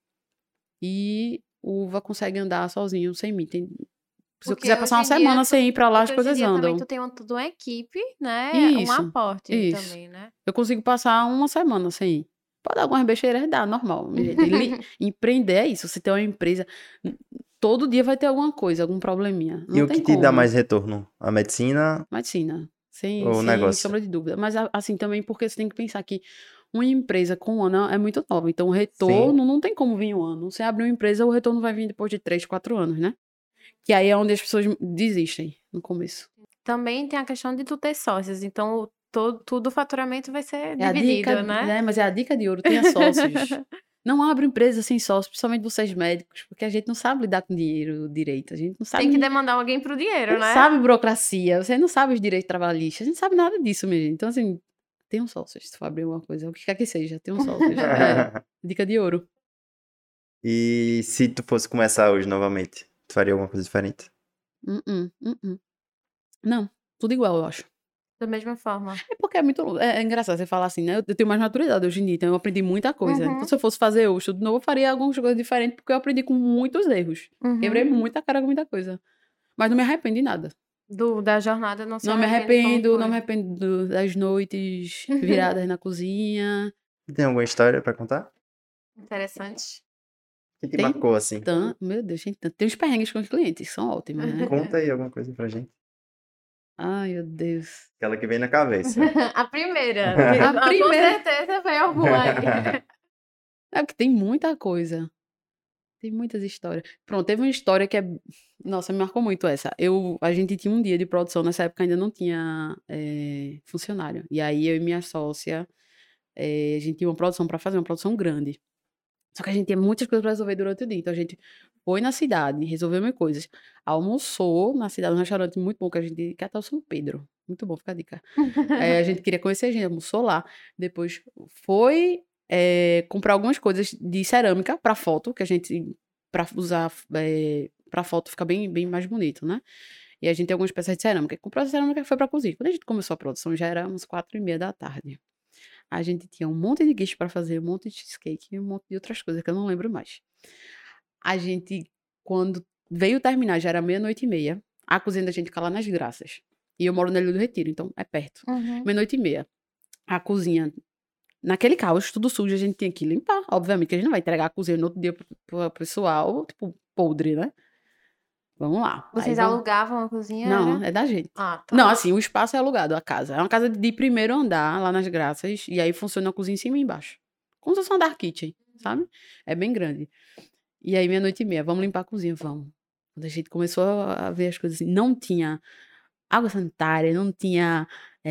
e o uva consegue andar sozinho, sem mim. Se eu Porque quiser passar uma hoje em dia, semana sem ir pra lá, as porque hoje em coisas dia também tu andam. tem toda uma equipe, né? Um Isso, aporte isso. também, né? Eu consigo passar uma semana sem ir. Pode dar algumas besteiras, dá, normal. Minha gente. Empreender é isso. Você tem uma empresa, todo dia vai ter alguma coisa, algum probleminha. e Não o que tem te dá como. mais retorno? A medicina Medicina, ou o sem negócio? sombra de dúvida. Mas, assim, também porque você tem que pensar que uma empresa com um ano é muito nova. Então, o Sim. retorno não tem como vir um ano. Você abre uma empresa, o retorno vai vir depois de 3, 4 anos, né? Que aí é onde as pessoas desistem no começo. Também tem a questão de tu ter sócios, então tudo o faturamento vai ser É a dividido, dica, né? mas é a dica de ouro, tenha sócios. Não abra empresa sem sócios, principalmente vocês médicos, porque a gente não sabe lidar com dinheiro direito, a gente não sabe, Tem que demandar alguém pro dinheiro, não né? sabe burocracia, você não sabe os direitos trabalhistas, a gente não sabe nada disso, minha gente. Então, assim, tenham sócios, se for abrir alguma coisa, o que quer que seja, tenham sócios. Dica de ouro. E se tu fosse começar hoje novamente, tu faria alguma coisa diferente? Não, tudo igual, eu acho. Da mesma forma. É porque é engraçado você falar assim, né? Eu tenho mais maturidade hoje em dia, então eu aprendi muita coisa. Uhum. Então, se eu fosse fazer hoje tudo de novo, eu faria algumas coisas diferentes, porque eu aprendi com muitos erros. Uhum. Quebrei muita cara com muita coisa. Mas não me arrependo de nada. Da jornada não se Não me arrepende como arrependo, não me foi. arrependo das noites viradas na cozinha. Tem alguma história pra contar? Interessante. Que te Tem marcou assim? Meu Deus, gente, tem uns perrengues com os clientes, que são ótimos, né? Conta aí alguma coisa pra gente. Ai, meu Deus. Aquela que vem na cabeça. A primeira. A Com primeira. certeza foi alguma aí. É porque tem muita coisa. Tem muitas histórias. Pronto, teve uma história que é. Nossa, me marcou muito essa. A gente tinha um dia de produção, nessa época ainda não tinha funcionário. E aí eu e minha sócia, a gente tinha uma produção pra fazer, uma produção grande. Só que a gente tinha muitas coisas pra resolver durante o dia. Então a gente foi na cidade, resolveu minhas coisas. Almoçou na cidade, num restaurante muito bom que é até o São Pedro. Muito bom, fica a dica. A gente queria conhecer a gente, almoçou lá. Depois foi comprar algumas coisas de cerâmica pra foto, que a gente, pra usar pra foto, fica bem, bem mais bonito, né? E a gente tem algumas peças de cerâmica. Comprou a cerâmica e foi pra cozinha. Quando a gente começou a produção, já era umas 4h30 da tarde. A gente tinha um monte de quiche pra fazer, um monte de cheesecake e um monte de outras coisas que eu não lembro mais. A gente, quando veio terminar, já era 00:30. A cozinha da gente fica lá nas Graças. E eu moro na Ilha do Retiro, então é perto. Uhum. 00:30. A cozinha, naquele caos, tudo sujo, a gente tinha que limpar. Obviamente que a gente não vai entregar a cozinha no outro dia pro pessoal, tipo, podre, né? Vamos lá. Vocês alugavam a cozinha? Não, era? é da gente. Ah, tá. Não, assim, o espaço é alugado, a casa. É uma casa de primeiro andar, lá nas Graças, e aí funciona a cozinha em cima e embaixo. Como se fosse um dark kitchen, sabe? É bem grande. E aí, 00:30, vamos limpar a cozinha, vamos. Quando a gente começou a ver as coisas assim, não tinha água sanitária, não tinha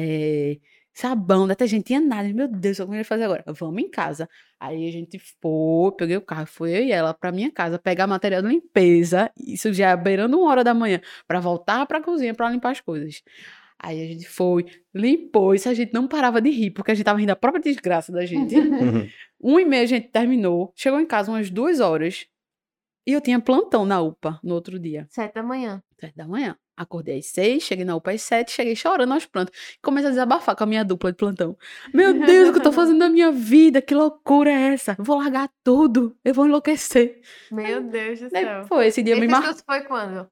sabão, detergente, tinha nada. Meu Deus, o que a gente vai fazer agora? Vamos em casa. Aí a gente foi, peguei o carro, foi eu e ela pra minha casa, pegar material de limpeza, isso já beirando 1h da manhã, pra voltar pra cozinha pra limpar as coisas. Aí a gente foi, limpou, isso a gente não parava de rir, porque a gente tava rindo da própria desgraça da gente. 1h30 a gente terminou, chegou em casa umas 2h, e eu tinha plantão na UPA no outro dia. 7h. 7h. Acordei às 6, cheguei na UPA às 7, cheguei chorando aos prantos. Comecei a desabafar com a minha dupla de plantão. Meu Deus, o que eu tô fazendo na minha vida? Que loucura é essa? Eu vou largar tudo, eu vou enlouquecer. Meu Deus do Daí céu. foi, esse dia me Esse marcou. estudo foi quando?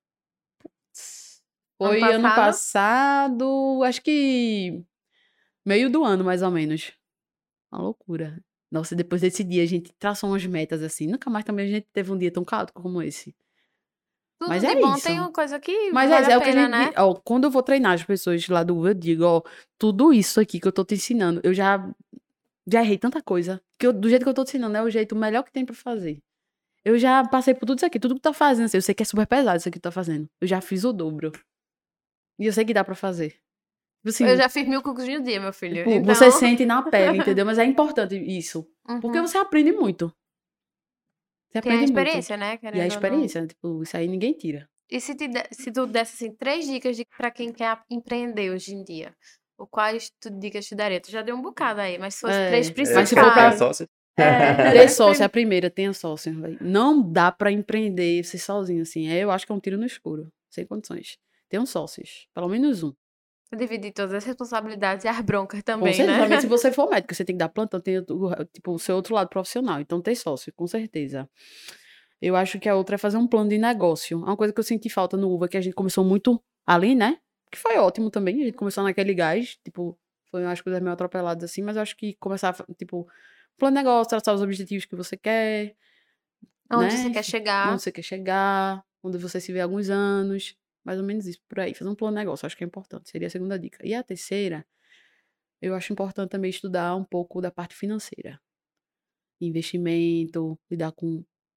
Foi ano passado, acho que meio do ano, mais ou menos. Uma loucura. Nossa, depois desse dia a gente traçou umas metas assim. Nunca mais também a gente teve um dia tão caótico como esse. Tudo Mas de é bom isso. tem uma coisa que Mas vale é a o que a pena, gente. né? Ó, quando eu vou treinar as pessoas lá do UVA, eu digo, ó, tudo isso aqui que eu tô te ensinando, eu já errei tanta coisa. Que do jeito que eu tô te ensinando, é o jeito melhor que tem pra fazer. Eu já passei por tudo isso aqui, tudo que tu tá fazendo, assim, eu sei que é super pesado isso aqui que tu tá fazendo. Eu já fiz o dobro. E eu sei que dá pra fazer. Tipo assim, Eu já fiz 1000 cookies no dia, meu filho. tipo, Então... você sente na pele, entendeu? Mas é importante isso. Porque Uhum. você aprende muito. Você Tem a aprende muito. experiência, né? E a Querendo ou não. experiência, tipo, isso aí ninguém tira. E se tu desse, assim, 3 dicas pra quem quer empreender hoje em dia? Ou quais dicas te daria? Tu já deu um bocado aí, mas se fosse 3 Mas se for pra- principais... sócio. Ter sócio é a primeira, tenha sócio. Véi. Não dá pra empreender ser sozinho, assim. Eu acho que é um tiro no escuro. Sem condições. Tenham sócios. Pelo menos um. Dividir todas as responsabilidades e as broncas Com também, certeza, né? principalmente se você for médico, você tem que dar plantão, tem tipo, o seu outro lado profissional. Então, ter sócio, com certeza. Eu acho que a outra é fazer um plano de negócio. É uma coisa que eu senti falta no UVA, que a gente começou muito ali, né? Que foi ótimo também. A gente começou naquele gás, tipo, foi umas coisas meio atropeladas assim, mas eu acho que começar, tipo, plano de negócio, traçar os objetivos que você quer, Onde né? você quer chegar. Onde você quer chegar, onde você se vê há alguns anos. Mais ou menos isso, por aí. Fazer um plano de negócio, acho que é importante. Seria a segunda dica. E a terceira, eu acho importante também estudar um pouco da parte financeira. Investimento, lidar com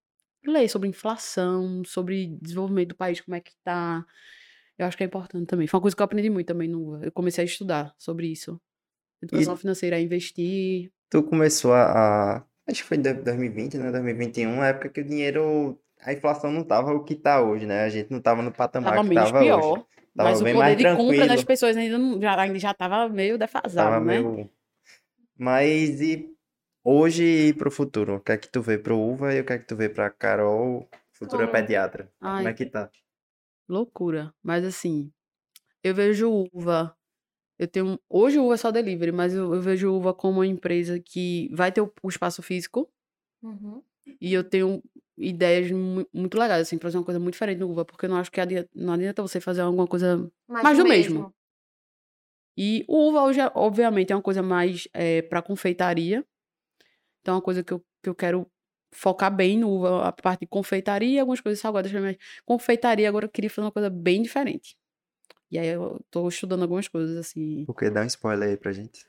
ler sobre inflação, sobre desenvolvimento do país, como é que tá. Eu acho que é importante também. Foi uma coisa que eu aprendi muito também no UVA. Eu comecei a estudar sobre isso. Educação E financeira, a investir. tu começou acho que foi em 2020, né? 2021, a época que o dinheiro, a inflação não tava o que tá hoje, né? A gente não tava no patamar Tava que menos tava hoje. pior. Tava Mas o bem poder mais de compra das tranquilo, pessoas ainda, ainda já tava meio tava defasado, né? meio... Mas e hoje e pro futuro? O que é que tu vê pro Uva e o que é que tu vê pra Carol, futura Como? pediatra? Como é Ai, que tá? loucura. Mas assim, eu vejo uva. Hoje o Uva é só delivery, mas eu vejo o Uva como uma empresa que vai ter o espaço físico Uhum. e eu tenho ideias muito legais, assim, pra fazer uma coisa muito diferente no Uva, porque eu não acho que não adianta você fazer alguma coisa Mais mais do do mesmo. mesmo. E o Uva hoje, obviamente, é uma coisa mais pra confeitaria. Então é uma coisa que eu quero focar bem no Uva, a parte de confeitaria e algumas coisas salgadas também. Confeitaria, agora eu queria fazer uma coisa bem diferente. E aí eu tô estudando algumas coisas, assim. Porque dá um spoiler aí pra gente.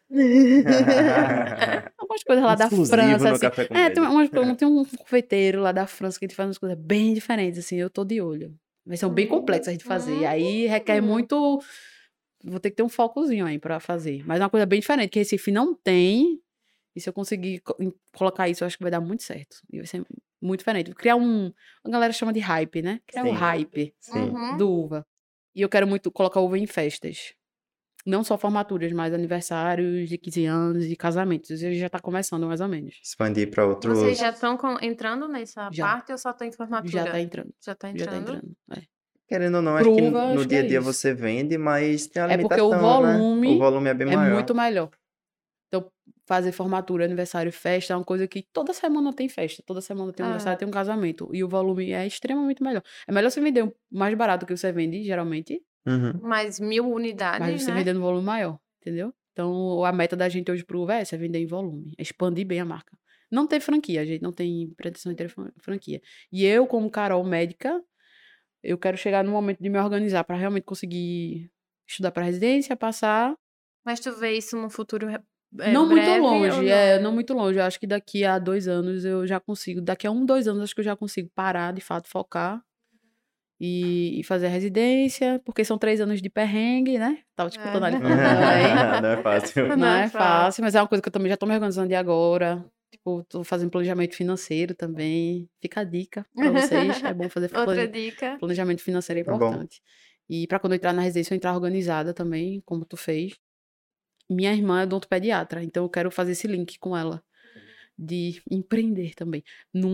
Algumas coisas lá da Exclusivo França, no assim. Café com É, tem, Média. tem um confeiteiro lá da França que ele faz umas coisas bem diferentes, assim. Eu tô de olho. Mas são bem complexas de fazer. E aí requer muito. Vou ter que ter um focozinho aí pra fazer. Mas é uma coisa bem diferente, que Recife não tem. E se eu conseguir colocar isso, eu acho que vai dar muito certo. E vai ser muito diferente. Vou criar a galera chama de hype, né? Criar o Sim, hype sim. do uva. E eu quero muito colocar uva em festas. Não só formaturas, mas aniversários de 15 anos e casamentos. Isso já tá começando, mais ou menos. Expandir pra outros. Vocês já estão entrando nessa Já. parte ou só estão em formatura? Já tá entrando. Já tá Já tá entrando? entrando. É. Querendo ou não, acho Pro que uva, no acho que dia a é dia isso. você vende, mas tem a É porque o limitação, né? O volume é bem é maior. muito melhor. Então, fazer formatura, aniversário, festa é uma coisa que toda semana tem festa, toda semana tem um aniversário, tem um casamento. E o volume é extremamente melhor. É melhor você vender mais barato que você vende, geralmente, Uhum. Mais 1000 mas unidades, você né? vender no volume maior, entendeu? Então, a meta da gente hoje pro Uva é essa, é vender em volume, é expandir bem a marca. Não ter franquia, a gente não tem pretensão de ter franquia. E eu, como Carol médica, eu quero chegar no momento de me organizar para realmente conseguir estudar para residência, passar. Mas tu vê isso num futuro Não muito breve ou longe, não? não muito longe. Eu acho que daqui a 2 anos eu já consigo. Daqui a 2 anos, acho que eu já consigo parar, de fato, focar e fazer a residência, porque são 3 anos de perrengue, né? Tava te contando ali falando também. Não é fácil. Não é fácil, mas é uma coisa que eu também já tô me organizando de agora. Tipo, tô fazendo planejamento financeiro também. Fica a dica pra vocês. É bom fazer Outra dica. planejamento financeiro, é É bom. importante. E pra quando eu entrar na residência, eu entrar organizada também, como tu fez. Minha irmã é odontopediatra, então eu quero fazer esse link com ela. De empreender também.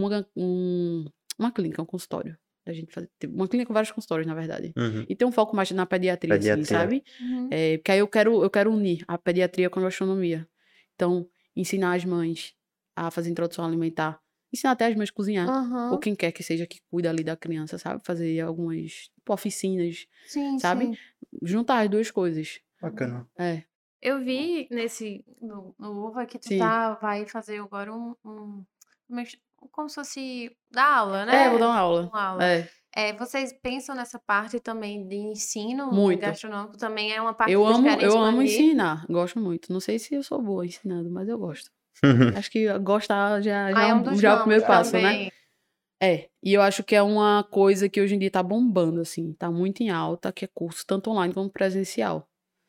Uma clínica, um consultório. A gente fazer, uma clínica com vários consultórios, na verdade. Uhum. E ter um foco mais na pediatria, assim, Pediatria. sabe? Uhum. Porque aí eu quero unir a pediatria com a gastronomia. Então, ensinar as mães a fazer introdução alimentar. Ensinar até as mães a cozinhar. Aham. Ou quem quer que seja que cuida ali da criança, sabe? Fazer algumas, tipo, oficinas, Sim, sabe? sim. Juntar as duas coisas. Bacana. É, Eu vi no Uva que tu sim. vai fazer agora como se fosse dar aula, né? Vou dar uma aula. Uma aula. É. Vocês pensam nessa parte também de ensino Muito. gastronômico? Também é uma parte Eu que vocês querem amo expandir? ensinar, gosto muito. Não sei se eu sou boa ensinando, mas eu gosto. Acho que gostar já É um dos é o primeiro ramos passo, né? também. E eu acho que é uma coisa que hoje em dia tá bombando, assim, tá muito em alta, que é curso tanto online como presencial.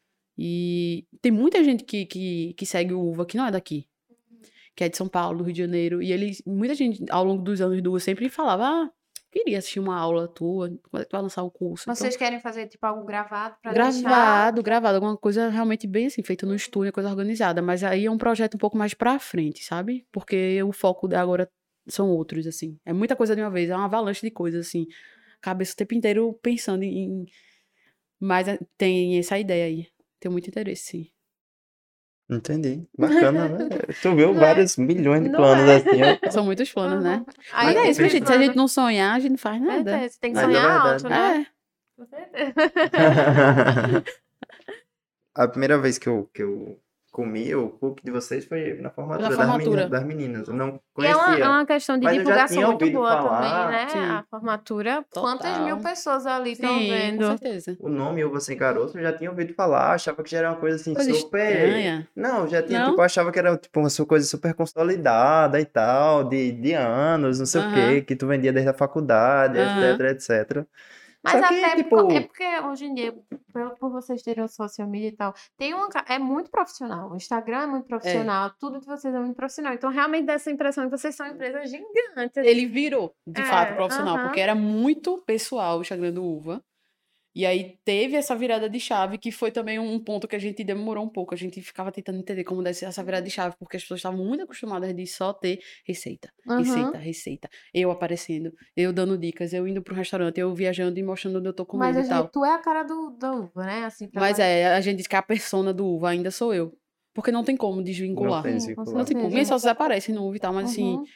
E tem muita gente que segue o UVA que não é daqui, que é de São Paulo, do Rio de Janeiro, e muita gente ao longo dos anos do UVA sempre falava, queria assistir uma aula tua, quando é que tu vai lançar o curso? Vocês querem fazer tipo algo gravado pra Então, deixar? gravado, alguma coisa realmente bem assim, feita no estúdio, coisa organizada, mas aí é um projeto um pouco mais pra frente, sabe? Porque o foco agora são outros, assim. É muita coisa de uma vez, é uma avalanche de coisas, assim. Cabeça o tempo inteiro pensando em... Mas tem essa ideia aí. Tenho muito interesse, sim. Entendi. Bacana, né? Tu viu Não é? vários milhões de Não planos é? assim, ó. São muitos planos, né? Aí Mas é tem isso, gente. Se a plano. gente não sonhar, a gente não faz nada. Verdade, você tem que Mas é sonhar verdade. alto, né? É. Com certeza. A primeira vez que eu comi o cookie de vocês foi na Na formatura das formatura. das meninas. Eu não E é conhecia. uma questão de Mas eu já divulgação tinha muito ouvido boa também, falar. né? Sim. A formatura. Quantas mil Total. pessoas ali estão Sim, com vendo? certeza. O nome Uva Sem Caroço eu já tinha ouvido falar, achava que já era uma coisa assim Coisa super. estranha. Não, já tinha, Não? tipo, achava que era tipo uma coisa super consolidada e tal, de anos, não sei o quê, Aham. que tu vendia desde a faculdade, Aham. etc. Mas Só que, até é tipo, porque hoje em dia, por vocês terem o social media e tal, é muito profissional. O Instagram é muito É. profissional, tudo de vocês é muito profissional. Então, realmente dá essa impressão que vocês são empresas gigantes. Ele virou, de fato, É, profissional, aham. porque era muito pessoal o Instagram do Uva. E aí teve essa virada de chave, que foi também um ponto que a gente demorou um pouco. A gente ficava tentando entender como deve ser essa virada de chave, porque as pessoas estavam muito acostumadas de só ter receita, Uhum. receita. Eu aparecendo, eu dando dicas, eu indo pro restaurante, eu viajando e mostrando onde eu tô Mas comendo e tal. tu é a cara da uva, né? Assim, pra Mas a gente diz que a persona do Uva ainda sou eu. Porque não tem como não desvincular. tem Sim, com desvincular. Então, tipo, minhas certeza. sócias aparecem no Uva e tal, mas assim, Uhum.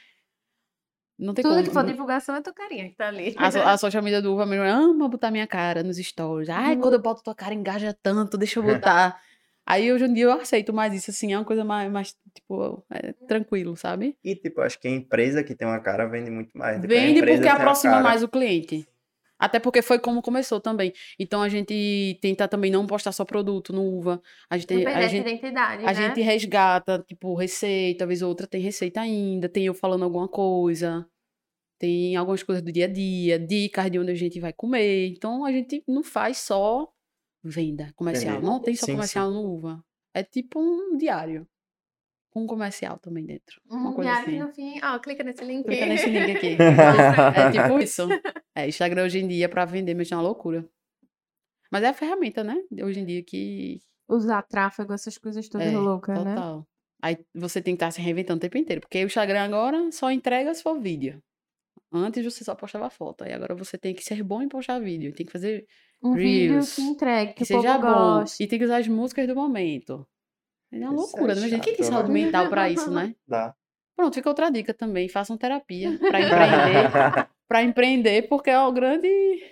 não tem Tudo como. que for divulgação é tua carinha que tá ali. A social media do Uva mesmo ama botar minha cara nos stories. Ai, quando eu boto tua cara engaja tanto, deixa eu botar. Aí hoje em dia eu aceito mais isso, assim, é uma coisa mais tipo, tranquilo, sabe? E, tipo, acho que a empresa que tem uma cara vende muito mais. Tipo, a Vende empresa porque tem uma aproxima cara. mais o cliente. Até porque foi como começou também. Então a gente tenta também não postar só produto no Uva. A Não gente, perder a essa gente, identidade, a né? gente resgata, tipo, receita, talvez outra tem receita ainda, tem eu falando alguma coisa. Tem algumas coisas do dia a dia, dicas de onde a gente vai comer. Então, a gente não faz só venda comercial. Entendi. Não tem só Sim, sim. comercial no Uva. É tipo um diário. Com um comercial também dentro. Uma coisa Diário que assim. no fim, ó, clica nesse link. Clica nesse link aqui. Compra. É tipo isso. Instagram hoje em dia pra vender mesmo é uma loucura. Mas é a ferramenta, né? De hoje em dia que Usar tráfego, essas coisas todas loucas, né? total. Aí você tem que estar se reinventando o tempo inteiro. Porque o Instagram agora só entrega se for vídeo. Antes você só postava foto. Aí agora você tem que ser bom em postar vídeo. Tem que fazer Um vídeo que reels. entregue, que Que o povo seja bom. goste. E tem que usar as músicas do momento. É uma Isso loucura, é né, gente? Quem tem chato, saúde né? mental pra isso, né? Dá. Pronto, fica outra dica também. Façam terapia pra empreender. Pra empreender, porque é o grande.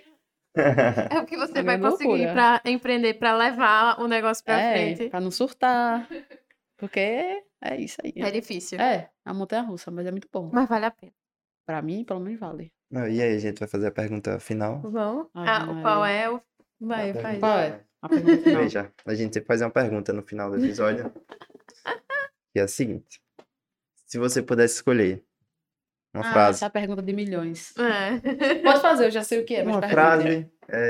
É o que você A vai grande conseguir loucura. pra empreender, pra levar o negócio pra frente. Pra não surtar. Porque é isso aí. É difícil, É a montanha-russa, mas é muito bom. mas vale a pena. Pra mim, pelo menos vale. Não, e aí, a gente vai fazer a pergunta final? Vamos? Ave Qual Maria. é o... Vai, faz. Qual é a pergunta final? Veja, a gente sempre faz uma pergunta no final do episódio. Que é a seguinte. Se você pudesse escolher uma frase. Essa é a pergunta de milhões. É. Pode fazer, eu já sei o que é, mas Uma pergunte. frase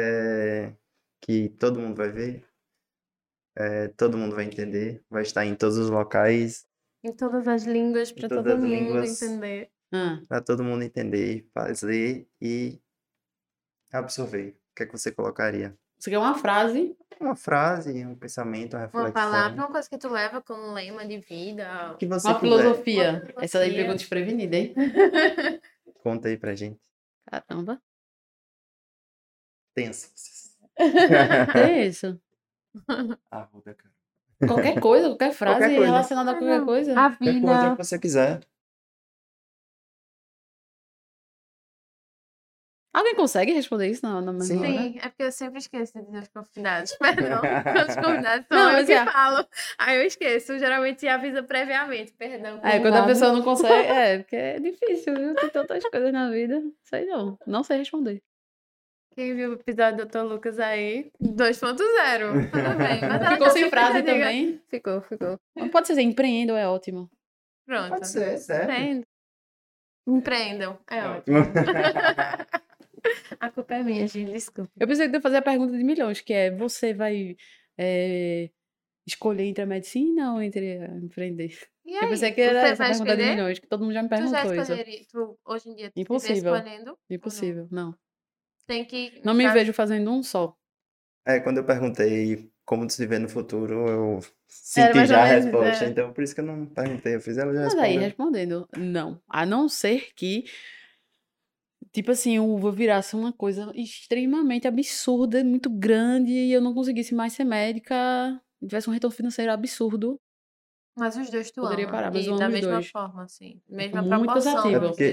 que todo mundo vai ver, todo mundo vai entender, vai estar em todos os locais, Em todas as línguas, pra todo todas as mundo línguas. entender. para todo mundo entender, fazer e absorver. O que é que você colocaria? Você quer uma frase? Uma frase, um pensamento, uma Uma reflexão. palavra, uma coisa que tu leva como lema de vida. O que você Uma quiser. filosofia. Essa daí pegou desprevenida, hein? Conta aí pra gente. Caramba. Tensa. É isso. Arruda, cara. Qualquer coisa, qualquer frase Qualquer coisa. relacionada a qualquer coisa. A Qualquer coisa vida. que você quiser. Alguém consegue responder isso na mesma Sim. hora? Sim, é porque eu sempre esqueço de dizer os convidados. Perdão, os convidados são Não, eu mas que é. falo. Aí eu esqueço, geralmente avisa previamente, perdão. Aí quando a convidado. pessoa não consegue, porque é difícil, viu? Tem tantas coisas na vida. Sei não. Não sei responder. Quem viu o episódio do Dr. Lucas aí, 2.0. Tudo bem. Mas ela Ficou tá sem sempre frase que eu diga- também. Ficou. Não pode ser empreendo, é ótimo. Pronto. Pode ser, certo. Entendo. Empreendam. É ótimo. A culpa é minha, gente, desculpa. Eu pensei que eu ia fazer a pergunta de milhões, que é, você vai escolher entre a medicina ou entre empreender? E Eu aí, pensei que era você essa vai pergunta de escolher? milhões, que todo mundo já me Tu já perguntou isso. escolheria, hoje em dia, tu Impossível. estiver escolhendo? ou não? Impossível, não. Tem que... Não me vejo fazendo um só. Quando eu perguntei como tu se vê no futuro, eu Era senti mais ou já a menos, resposta. é. Então, por isso que eu não perguntei. Eu fiz, ela já Mas aí, respondeu. respondendo, não. A não ser que, tipo assim, o uva virasse uma coisa extremamente absurda, muito grande, e eu não conseguisse mais ser médica, tivesse um retorno financeiro absurdo, Mas os dois tu poderia ama. parar, mas E eu da amo os mesma dois. forma, assim. Mesma muito proporção cansativo. pra É porque você.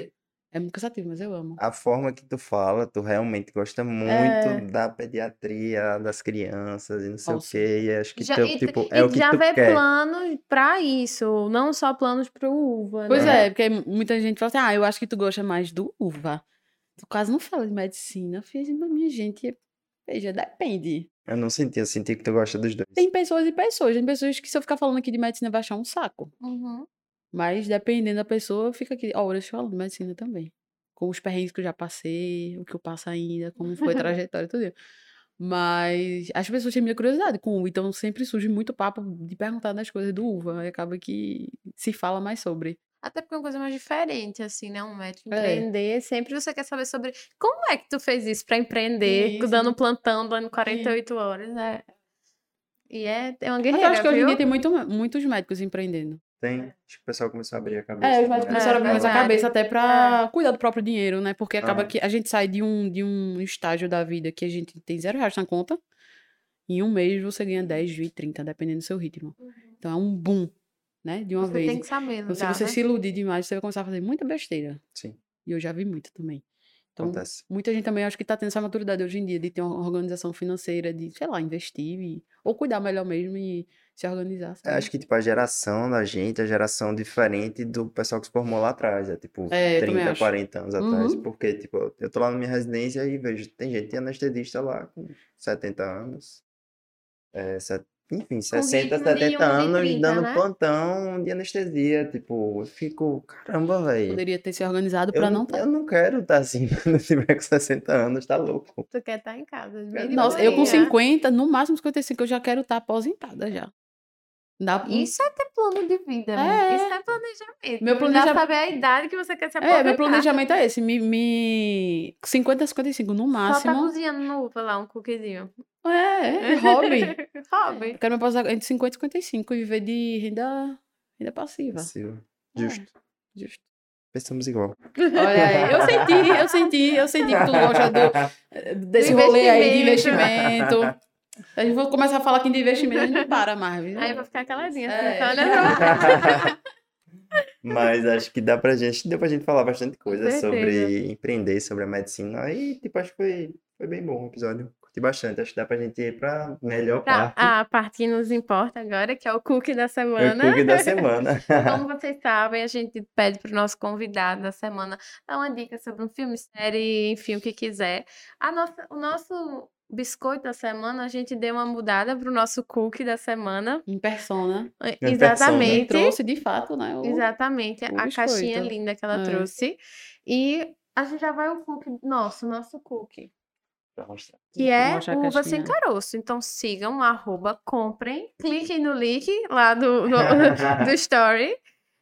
É muito cansativo, mas eu amo. A forma que tu fala, tu realmente gosta muito da pediatria, das crianças e não sei o Nossa. quê. E acho que Já, teu, tipo, é o que já tu vê quer. planos pra isso, não só planos pro uva, Pois né? é, porque muita gente fala assim, eu acho que tu gosta mais do uva. Tu quase não fala de medicina. Eu fiz, mas minha gente, veja, depende. Eu senti que tu gosta dos dois. Tem pessoas e pessoas. Tem pessoas que se eu ficar falando aqui de medicina vai achar um saco. Uhum. Mas dependendo da pessoa, fica aqui horas falando de medicina também. Com os perrengues que eu já passei, o que eu passo ainda, como foi a trajetória, tudo. Mas as pessoas têm muita curiosidade com uva, então sempre surge muito papo de perguntar das coisas do uva. Aí acaba que se fala mais sobre. Até porque é uma coisa mais diferente, assim, né? Um método É. empreender. Sempre você quer saber sobre como é que tu fez isso pra empreender, Sim, dando sim. plantão, dando 48 horas, né? E é uma Mas eu guerreira, acho que hoje em viu? dia tem muitos médicos empreendendo. Tem. Acho que o pessoal começou a abrir a É, cabeça. os médicos né? começaram a abrir mais a cabeça verdade. até pra cuidar do próprio dinheiro, né? Porque acaba Aham. que a gente sai de um estágio da vida que a gente tem R$0 na conta. Em um mês você ganha 10, 20, 30, dependendo do seu ritmo. Então é um boom, né? De uma Você vez. tem que saber Então, se lidar, você né? se iludir demais, você vai começar a fazer muita besteira. Sim, E eu já vi muito também. Então, acontece. muita gente também acho que tá tendo essa maturidade hoje em dia de ter uma organização financeira, de, sei lá, investir ou cuidar melhor mesmo e se organizar, Eu sabe? acho que, tipo, a geração da gente é a geração diferente do pessoal que se formou lá atrás. É, tipo, É, eu também 30, acho. 40 anos atrás. Uhum. Porque, tipo, eu tô lá na minha residência e vejo, tem gente, tem anestesista lá com 70 anos. Enfim, 60, ritmo de 70 1 de anos 30, dando né? plantão de anestesia. Tipo, eu fico, caramba, velho. Poderia ter se organizado pra não Eu não quero estar assim quando eu tiver com 60 anos, tá louco. Tu quer estar em casa, bem de Nossa, eu com boinha. 50, no máximo 55, eu já quero estar aposentada já. Isso é ter plano de vida, É. isso é planejamento. Meu Já planejamento. saber a idade que você quer se aposentar. Meu planejamento é esse. 50 a 55 no Só tá máximo. cozinhando no uva lá, um cookiezinho. É hobby. Hobby. Eu quero me aposentar entre 50 e 55 e viver de renda passiva. Passivo. É. Justo. Justo. Pensamos igual. Olha aí, eu senti que tu gosta desse rolê aí de investimento. A gente vai começar a falar aqui de investimento, a gente não para mais, viu? Aí vai ficar caladinha, assim, É. só olhando. Mas acho que deu pra gente falar bastante coisa certeza. sobre empreender, sobre a medicina. Aí, tipo, acho que foi bem bom o episódio. Curti bastante. Acho que dá pra gente ir pra melhor Pra parte. a parte que nos importa agora, que é o cookie da O semana. cookie da semana. Como vocês sabem, a gente pede pro nosso convidado da semana dar uma dica sobre um filme, série, enfim, o que quiser. O nosso biscoito da semana, a gente deu uma mudada pro nosso cookie da semana. Em persona. Em Exatamente. Trouxe, de fato, né? Exatamente, o a caixinha biscoito. linda que ela É. trouxe. E a gente já vai ao cookie, nosso cookie, Pra mostrar. que Vou é mostrar a uva sem caixinha. caroço. Então sigam, comprem, cliquem no link lá do story.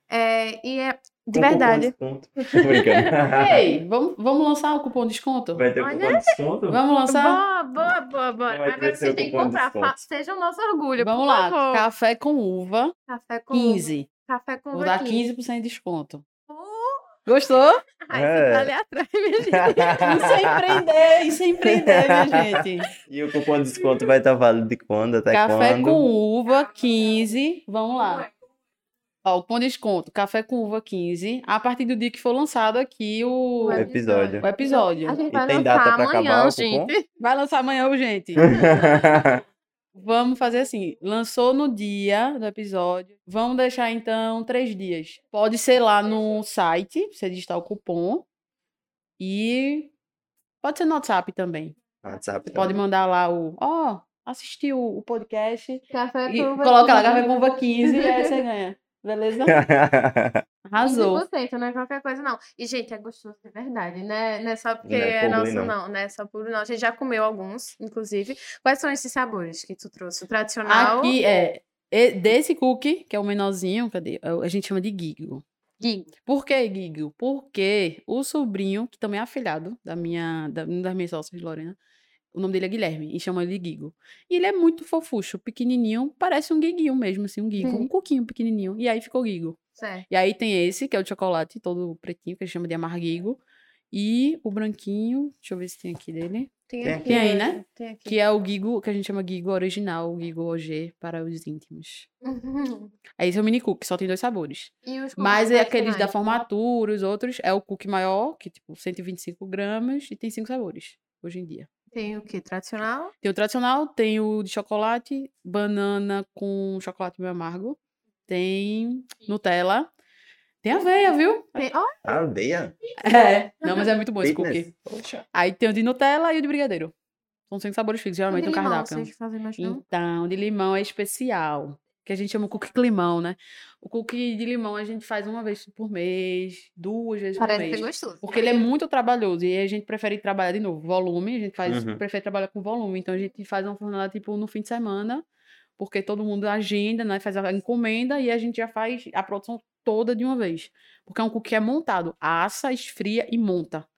E é de Com cupom verdade. desconto. Tô brincando. Ei, vamos lançar o cupom de desconto? Vai ter o Olha, cupom desconto? Vamos lançar? Boa. Como é que vai Agora ser vocês o têm que cupom de comprar. desconto? Seja o nosso orgulho, Vamos por lá, favor. café com uva, Café com 15. Café com Vou uva dar 15. 15% de desconto. Uh, Gostou? Ai, você tá É. ali atrás, minha gente. Isso é empreender, minha gente. E o cupom de desconto vai estar válido de quando? Até Café quando? com uva, 15. Vamos lá. Ó, com desconto, café com uva 15. A partir do dia que for lançado aqui o episódio. episódio. A gente E vai tem lançar data pra amanhã, acabar o cupom? gente. Vai lançar amanhã, gente. Vamos fazer assim. Lançou no dia do episódio. Vamos deixar, então, 3 dias. Pode ser lá no site, você digitar o cupom. E pode ser no WhatsApp também. WhatsApp Pode também. mandar lá assistiu o podcast. Café E com uva coloca lá, 15. café com uva 15 e aí você ganha. Beleza? Arrasou. 15%, não é qualquer coisa, não. E, gente, é gostoso de verdade, né? Não é só porque Não é é publi, nosso, não. não. Não é só puro, não. A gente já comeu alguns, inclusive. Quais são esses sabores que tu trouxe? O tradicional? Aqui desse cookie, que é o menorzinho, cadê? A gente chama de Gigo. Gigo. Por que Gigo? Porque o sobrinho, que também é afilhado uma das minhas sócias, Lorena, o nome dele é Guilherme, e chama ele de Gigo. E ele é muito fofucho, pequenininho, parece um guiguinho mesmo, assim, um Gigo, Sim. um coquinho pequenininho. E aí ficou Gigo. Certo. E aí tem esse, que é o de chocolate, todo pretinho, que a gente chama de amargigo. E o branquinho, deixa eu ver se tem aqui dele. Tem Tem aqui. Tem aí, né? Tem aqui. Que é o Gigo, que a gente chama Gigo original, o Gigo OG para os íntimos. Aí esse é o mini cookie, só tem 2 sabores. E os Mas cookies é aqueles da tradicionais? formatura, os outros, é o cookie maior, que tipo 125 gramas e tem 5 sabores, hoje em dia. Tem o quê? Tradicional? Tem o tradicional, tem o de chocolate, banana com chocolate meio amargo, tem Nutella, tem aveia, viu? Tem... Ó, Aveia? É, não, mas é muito bom esse Fitness? cookie. Poxa. Aí tem o de Nutella e o de brigadeiro. São 5 sabores fixos, o geralmente de no limão, cardápio. vocês fazem mais não? Então, o de limão é especial, que a gente chama cookie climão, né? O cookie de limão a gente faz uma vez por mês, 2 vezes por Parece mês. ser gostoso. Porque ele é muito trabalhoso e aí a gente prefere trabalhar de novo, volume, a gente Uhum. prefere trabalhar com volume. Então a gente faz uma fornada tipo no fim de semana, porque todo mundo agenda, né? Faz a encomenda e a gente já faz a produção toda de uma vez. Porque é um cookie que é montado, assa, esfria e monta.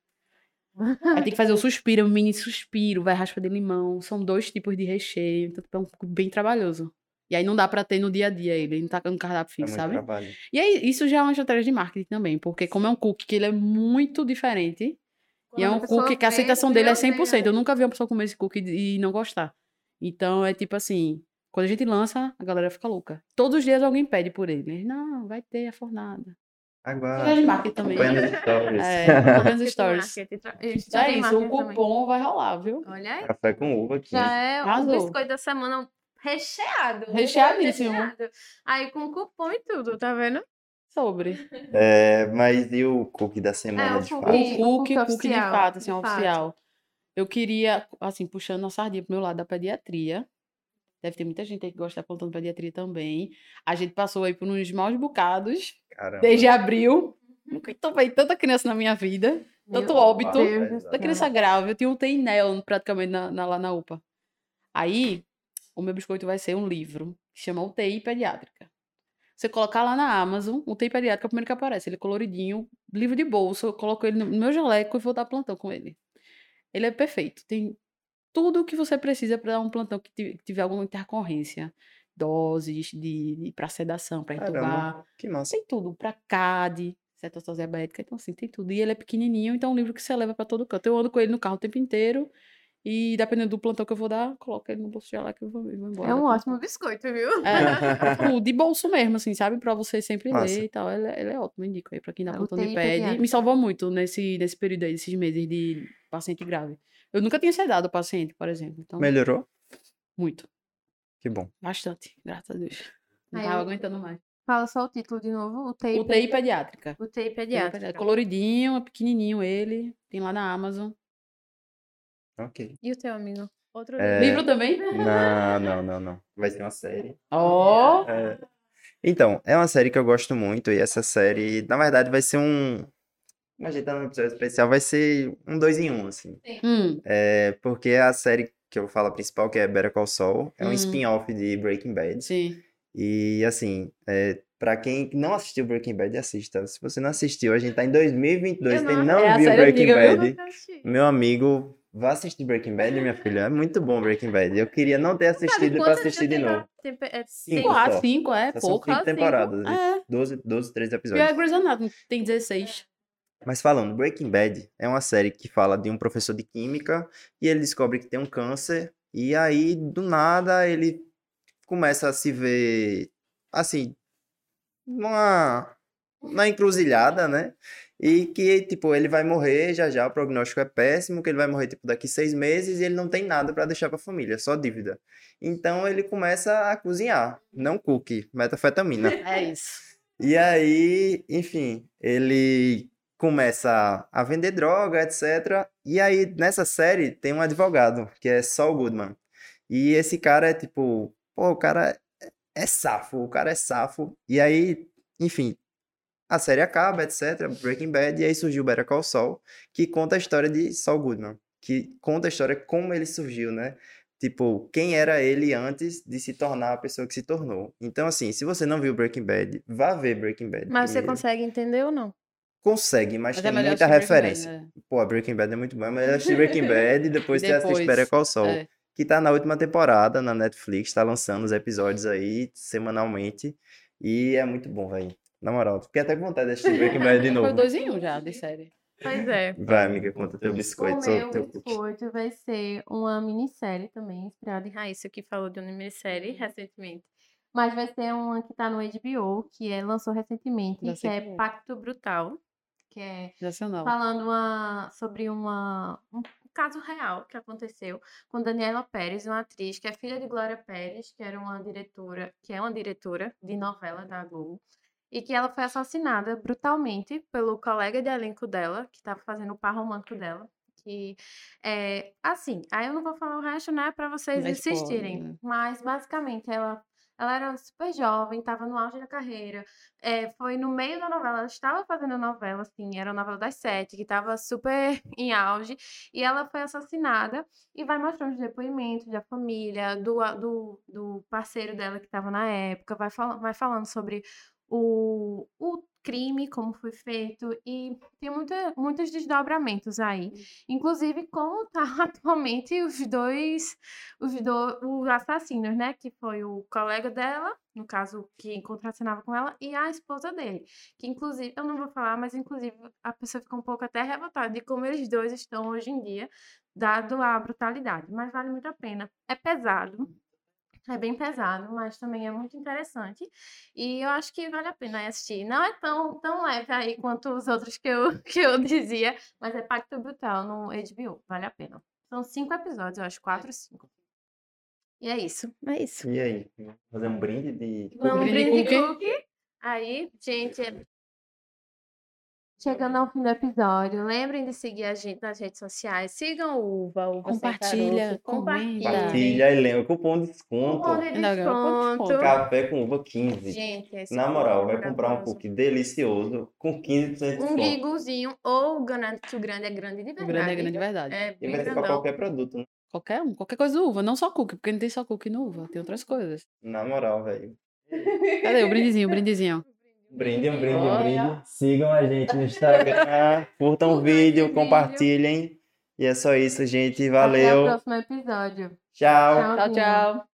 Aí tem que fazer o suspiro, o mini suspiro, vai raspa de limão. São 2 tipos de recheio, então é um cookie bem trabalhoso. E aí não dá pra ter no dia a dia ele não tá no cardápio É fixo, muito sabe? trabalho. E aí isso já é uma estratégia de marketing também, porque como é um cookie que ele é muito diferente, e é Quando a um pessoa cookie que a vê, aceitação dele é meu 100%. Eu Deus. nunca vi uma pessoa comer esse cookie e não gostar. Então é tipo assim, quando a gente lança, a galera fica louca. Todos os dias alguém pede por ele. Não, vai ter a fornada. Estratégia de Agora, marketing também. acompanhando as stories. É, acompanhando os Tipo stories. marketing. Isso Então já é tem isso, o marketing também. cupom vai rolar, viu? Olha aí. Café com uva aqui. Já é o Arrasou. biscoito da semana recheado. Recheadíssimo. Recheado. Aí com cupom e tudo, tá vendo? Sobre. É, mas e o cookie da É, semana o de cookie. fato? O cookie de oficial, fato, assim, de fato. oficial. Eu queria, assim, puxando a sardinha pro meu lado da pediatria. Deve ter muita gente aí que gosta de apontando pediatria também. A gente passou aí por uns maus bocados Caramba. desde abril. Nunca tomei tanta criança na minha vida. Tanto Meu óbito. Deus do Exato. Da criança céu. grave. Eu tinha UTI neo praticamente lá na UPA. Aí, o meu biscoito vai ser um livro que chama UTI Pediátrica. Você colocar lá na Amazon, UTI Pediátrica é o primeiro que aparece. Ele é coloridinho, livro de bolso. Eu coloco ele no meu jaleco e vou dar plantão com ele. Ele é perfeito. Tem tudo o que você precisa para dar um plantão que tiver alguma intercorrência. Doses para sedação, para Caramba, entubar. que massa. Tem tudo. Para CAD, cetose diabética. Então, assim, tem tudo. E ele é pequenininho, então é um livro que você leva para todo canto. Eu ando com ele no carro o tempo inteiro. E dependendo do plantão que eu vou dar, coloco ele no bolso de lá que eu vou embora. É um dar ótimo plantão. biscoito, viu? É, tipo, de bolso mesmo, assim, sabe? Pra você sempre Massa. ler e tal. Ele é ótimo, indico aí pra quem dá É plantão de UTI pede. Me pediátrica. salvou muito nesse período aí, desses meses de paciente grave. Eu nunca tinha sedado o paciente, por exemplo. Então, Melhorou? muito. Que bom. Bastante, graças a Deus. Não Aí tava eu- aguentando mais. Fala só o título de novo. UTI pediátrica. UTI UTI pediátrica. pediátrica. Coloridinho, é pequenininho ele. Tem lá na Amazon. Ok. E o teu amigo? Outro É, Livro também? Não. Vai ser uma série. Ó! É, então, é uma série que eu gosto muito, e essa série, na verdade, vai ser um. Como a gente tá num episódio especial, vai ser um 2 em 1, assim. É, porque a série que eu falo principal, que é Better Call Saul, é um spin-off de Breaking Bad. Sim. E, assim, pra quem não assistiu Breaking Bad, assista. Se você não assistiu, a gente tá em 2022, Eu você não não É a viu série Breaking antiga, viu? Bad, Nunca assisti. meu amigo, vá assistir Breaking Bad, minha filha. É muito bom Breaking Bad. Eu queria não ter Sabe assistido pra quantas assistir de temporadas novo. tem? É Cinco seis? só. 5, é Só são pouco. 5 Só temporadas, de É. 12, 13 Pior é episódios. Grey's Anatomy, tem 16. Mas falando, Breaking Bad é uma série que fala de um professor de química e ele descobre que tem um câncer e aí, do nada, ele começa a se ver, assim, numa encruzilhada, né? E que, tipo, ele vai morrer já, o prognóstico é péssimo, que ele vai morrer, tipo, daqui 6 meses e ele não tem nada pra deixar pra família, só dívida. Então ele começa a cozinhar, não cookie, metafetamina. É isso. E aí, enfim, ele começa a vender droga, etc. E aí, nessa série, tem um advogado, que é Saul Goodman. E esse cara é tipo, pô, o cara é safo, o cara é safo. E aí, enfim, a série acaba, etc. Breaking Bad, e aí surgiu Better Call Saul, que conta a história de Saul Goodman. Que conta a história como ele surgiu, né? Tipo, quem era ele antes de se tornar a pessoa que se tornou. Então, assim, se você não viu Breaking Bad, vá ver Breaking Bad Mas você primeiro. consegue entender ou não? Consegue, mas Mas tem é melhor muita assistir Breaking Bad, referência. né? Pô, Breaking Bad é muito bom, mas assistir Breaking Bad e depois E você assiste Better Call Saul. É. Que tá na última temporada na Netflix, tá lançando os episódios aí semanalmente. E é muito bom, velho. Na moral, fiquei até com vontade de assistir Breaking Bad de Foi novo. 2 em 1 já, de série. Pois é. Vai, amiga, conta teu O biscoito. meu Teu cookie. biscoito vai ser uma minissérie também, inspirada em Raíssa, que falou de uma minissérie recentemente. Mas vai ser uma que tá no HBO, lançou recentemente, Já que sei é qual é. Pacto Brutal, que é Sensacional. falando sobre um caso real que aconteceu com Daniela Pérez, uma atriz que é filha de Glória Pérez, que era uma diretora, que é uma diretora de novela da Globo, e que ela foi assassinada brutalmente pelo colega de elenco dela, que estava fazendo o par romântico dela. Que assim, aí eu não vou falar o resto, né, para vocês Mas, pô, assistirem. Mas basicamente ela era super jovem, estava no auge da carreira. Foi no meio da novela, ela estava fazendo a novela, assim, era a novela das 7, que estava super em auge, e ela foi assassinada, e vai mostrando os depoimentos da família, do parceiro dela que estava na época, vai falando sobre o crime, como foi feito, e tem muitos desdobramentos aí. Inclusive, como tá atualmente os assassinos, né? Que foi o colega dela, no caso, que contracenava com ela, e a esposa dele. Que, inclusive, eu não vou falar, mas, inclusive, a pessoa fica um pouco até revoltada de como eles dois estão hoje em dia, dado a brutalidade. Mas vale muito a pena. É pesado. É bem pesado, mas também é muito interessante. E eu acho que vale a pena assistir. Não é tão leve aí quanto os outros que eu dizia, mas é Pacto Brutal no HBO. Vale a pena. São 5 episódios, eu acho, 4 ou 5. E é isso. É isso. E aí? Fazer um brinde de Vamos brinde brinde cookie. cookie. Aí, gente, chegando ao fim do episódio, lembrem de seguir a gente nas redes sociais. Sigam o Uva Sem Compartilha, Caroço. comenta. Compartilha e lembra, cupom de desconto. Cupom de Ainda ganhou cupom de desconto. desconto. Café com uva 15. Gente, esse Na moral, cupom é vai comprar um maravilhoso. cookie delicioso com 15% de Um desconto. guiguzinho ou grande, que o grande é grande de O grande é verdade. grande de verdade. É E bem vai ser pra grandão. qualquer produto, né? Qualquer um, qualquer coisa uva, não só cookie, porque não tem só cookie no uva, tem outras coisas. Na moral, velho. Cadê o brindezinho, o brindezinho? Um brinde. Olha. Sigam a gente no Instagram, curtam o Curtam vídeo, esse compartilhem. E é só isso, gente. Até o Valeu. próximo episódio. Tchau. Tchau, Tchauzinho. tchau.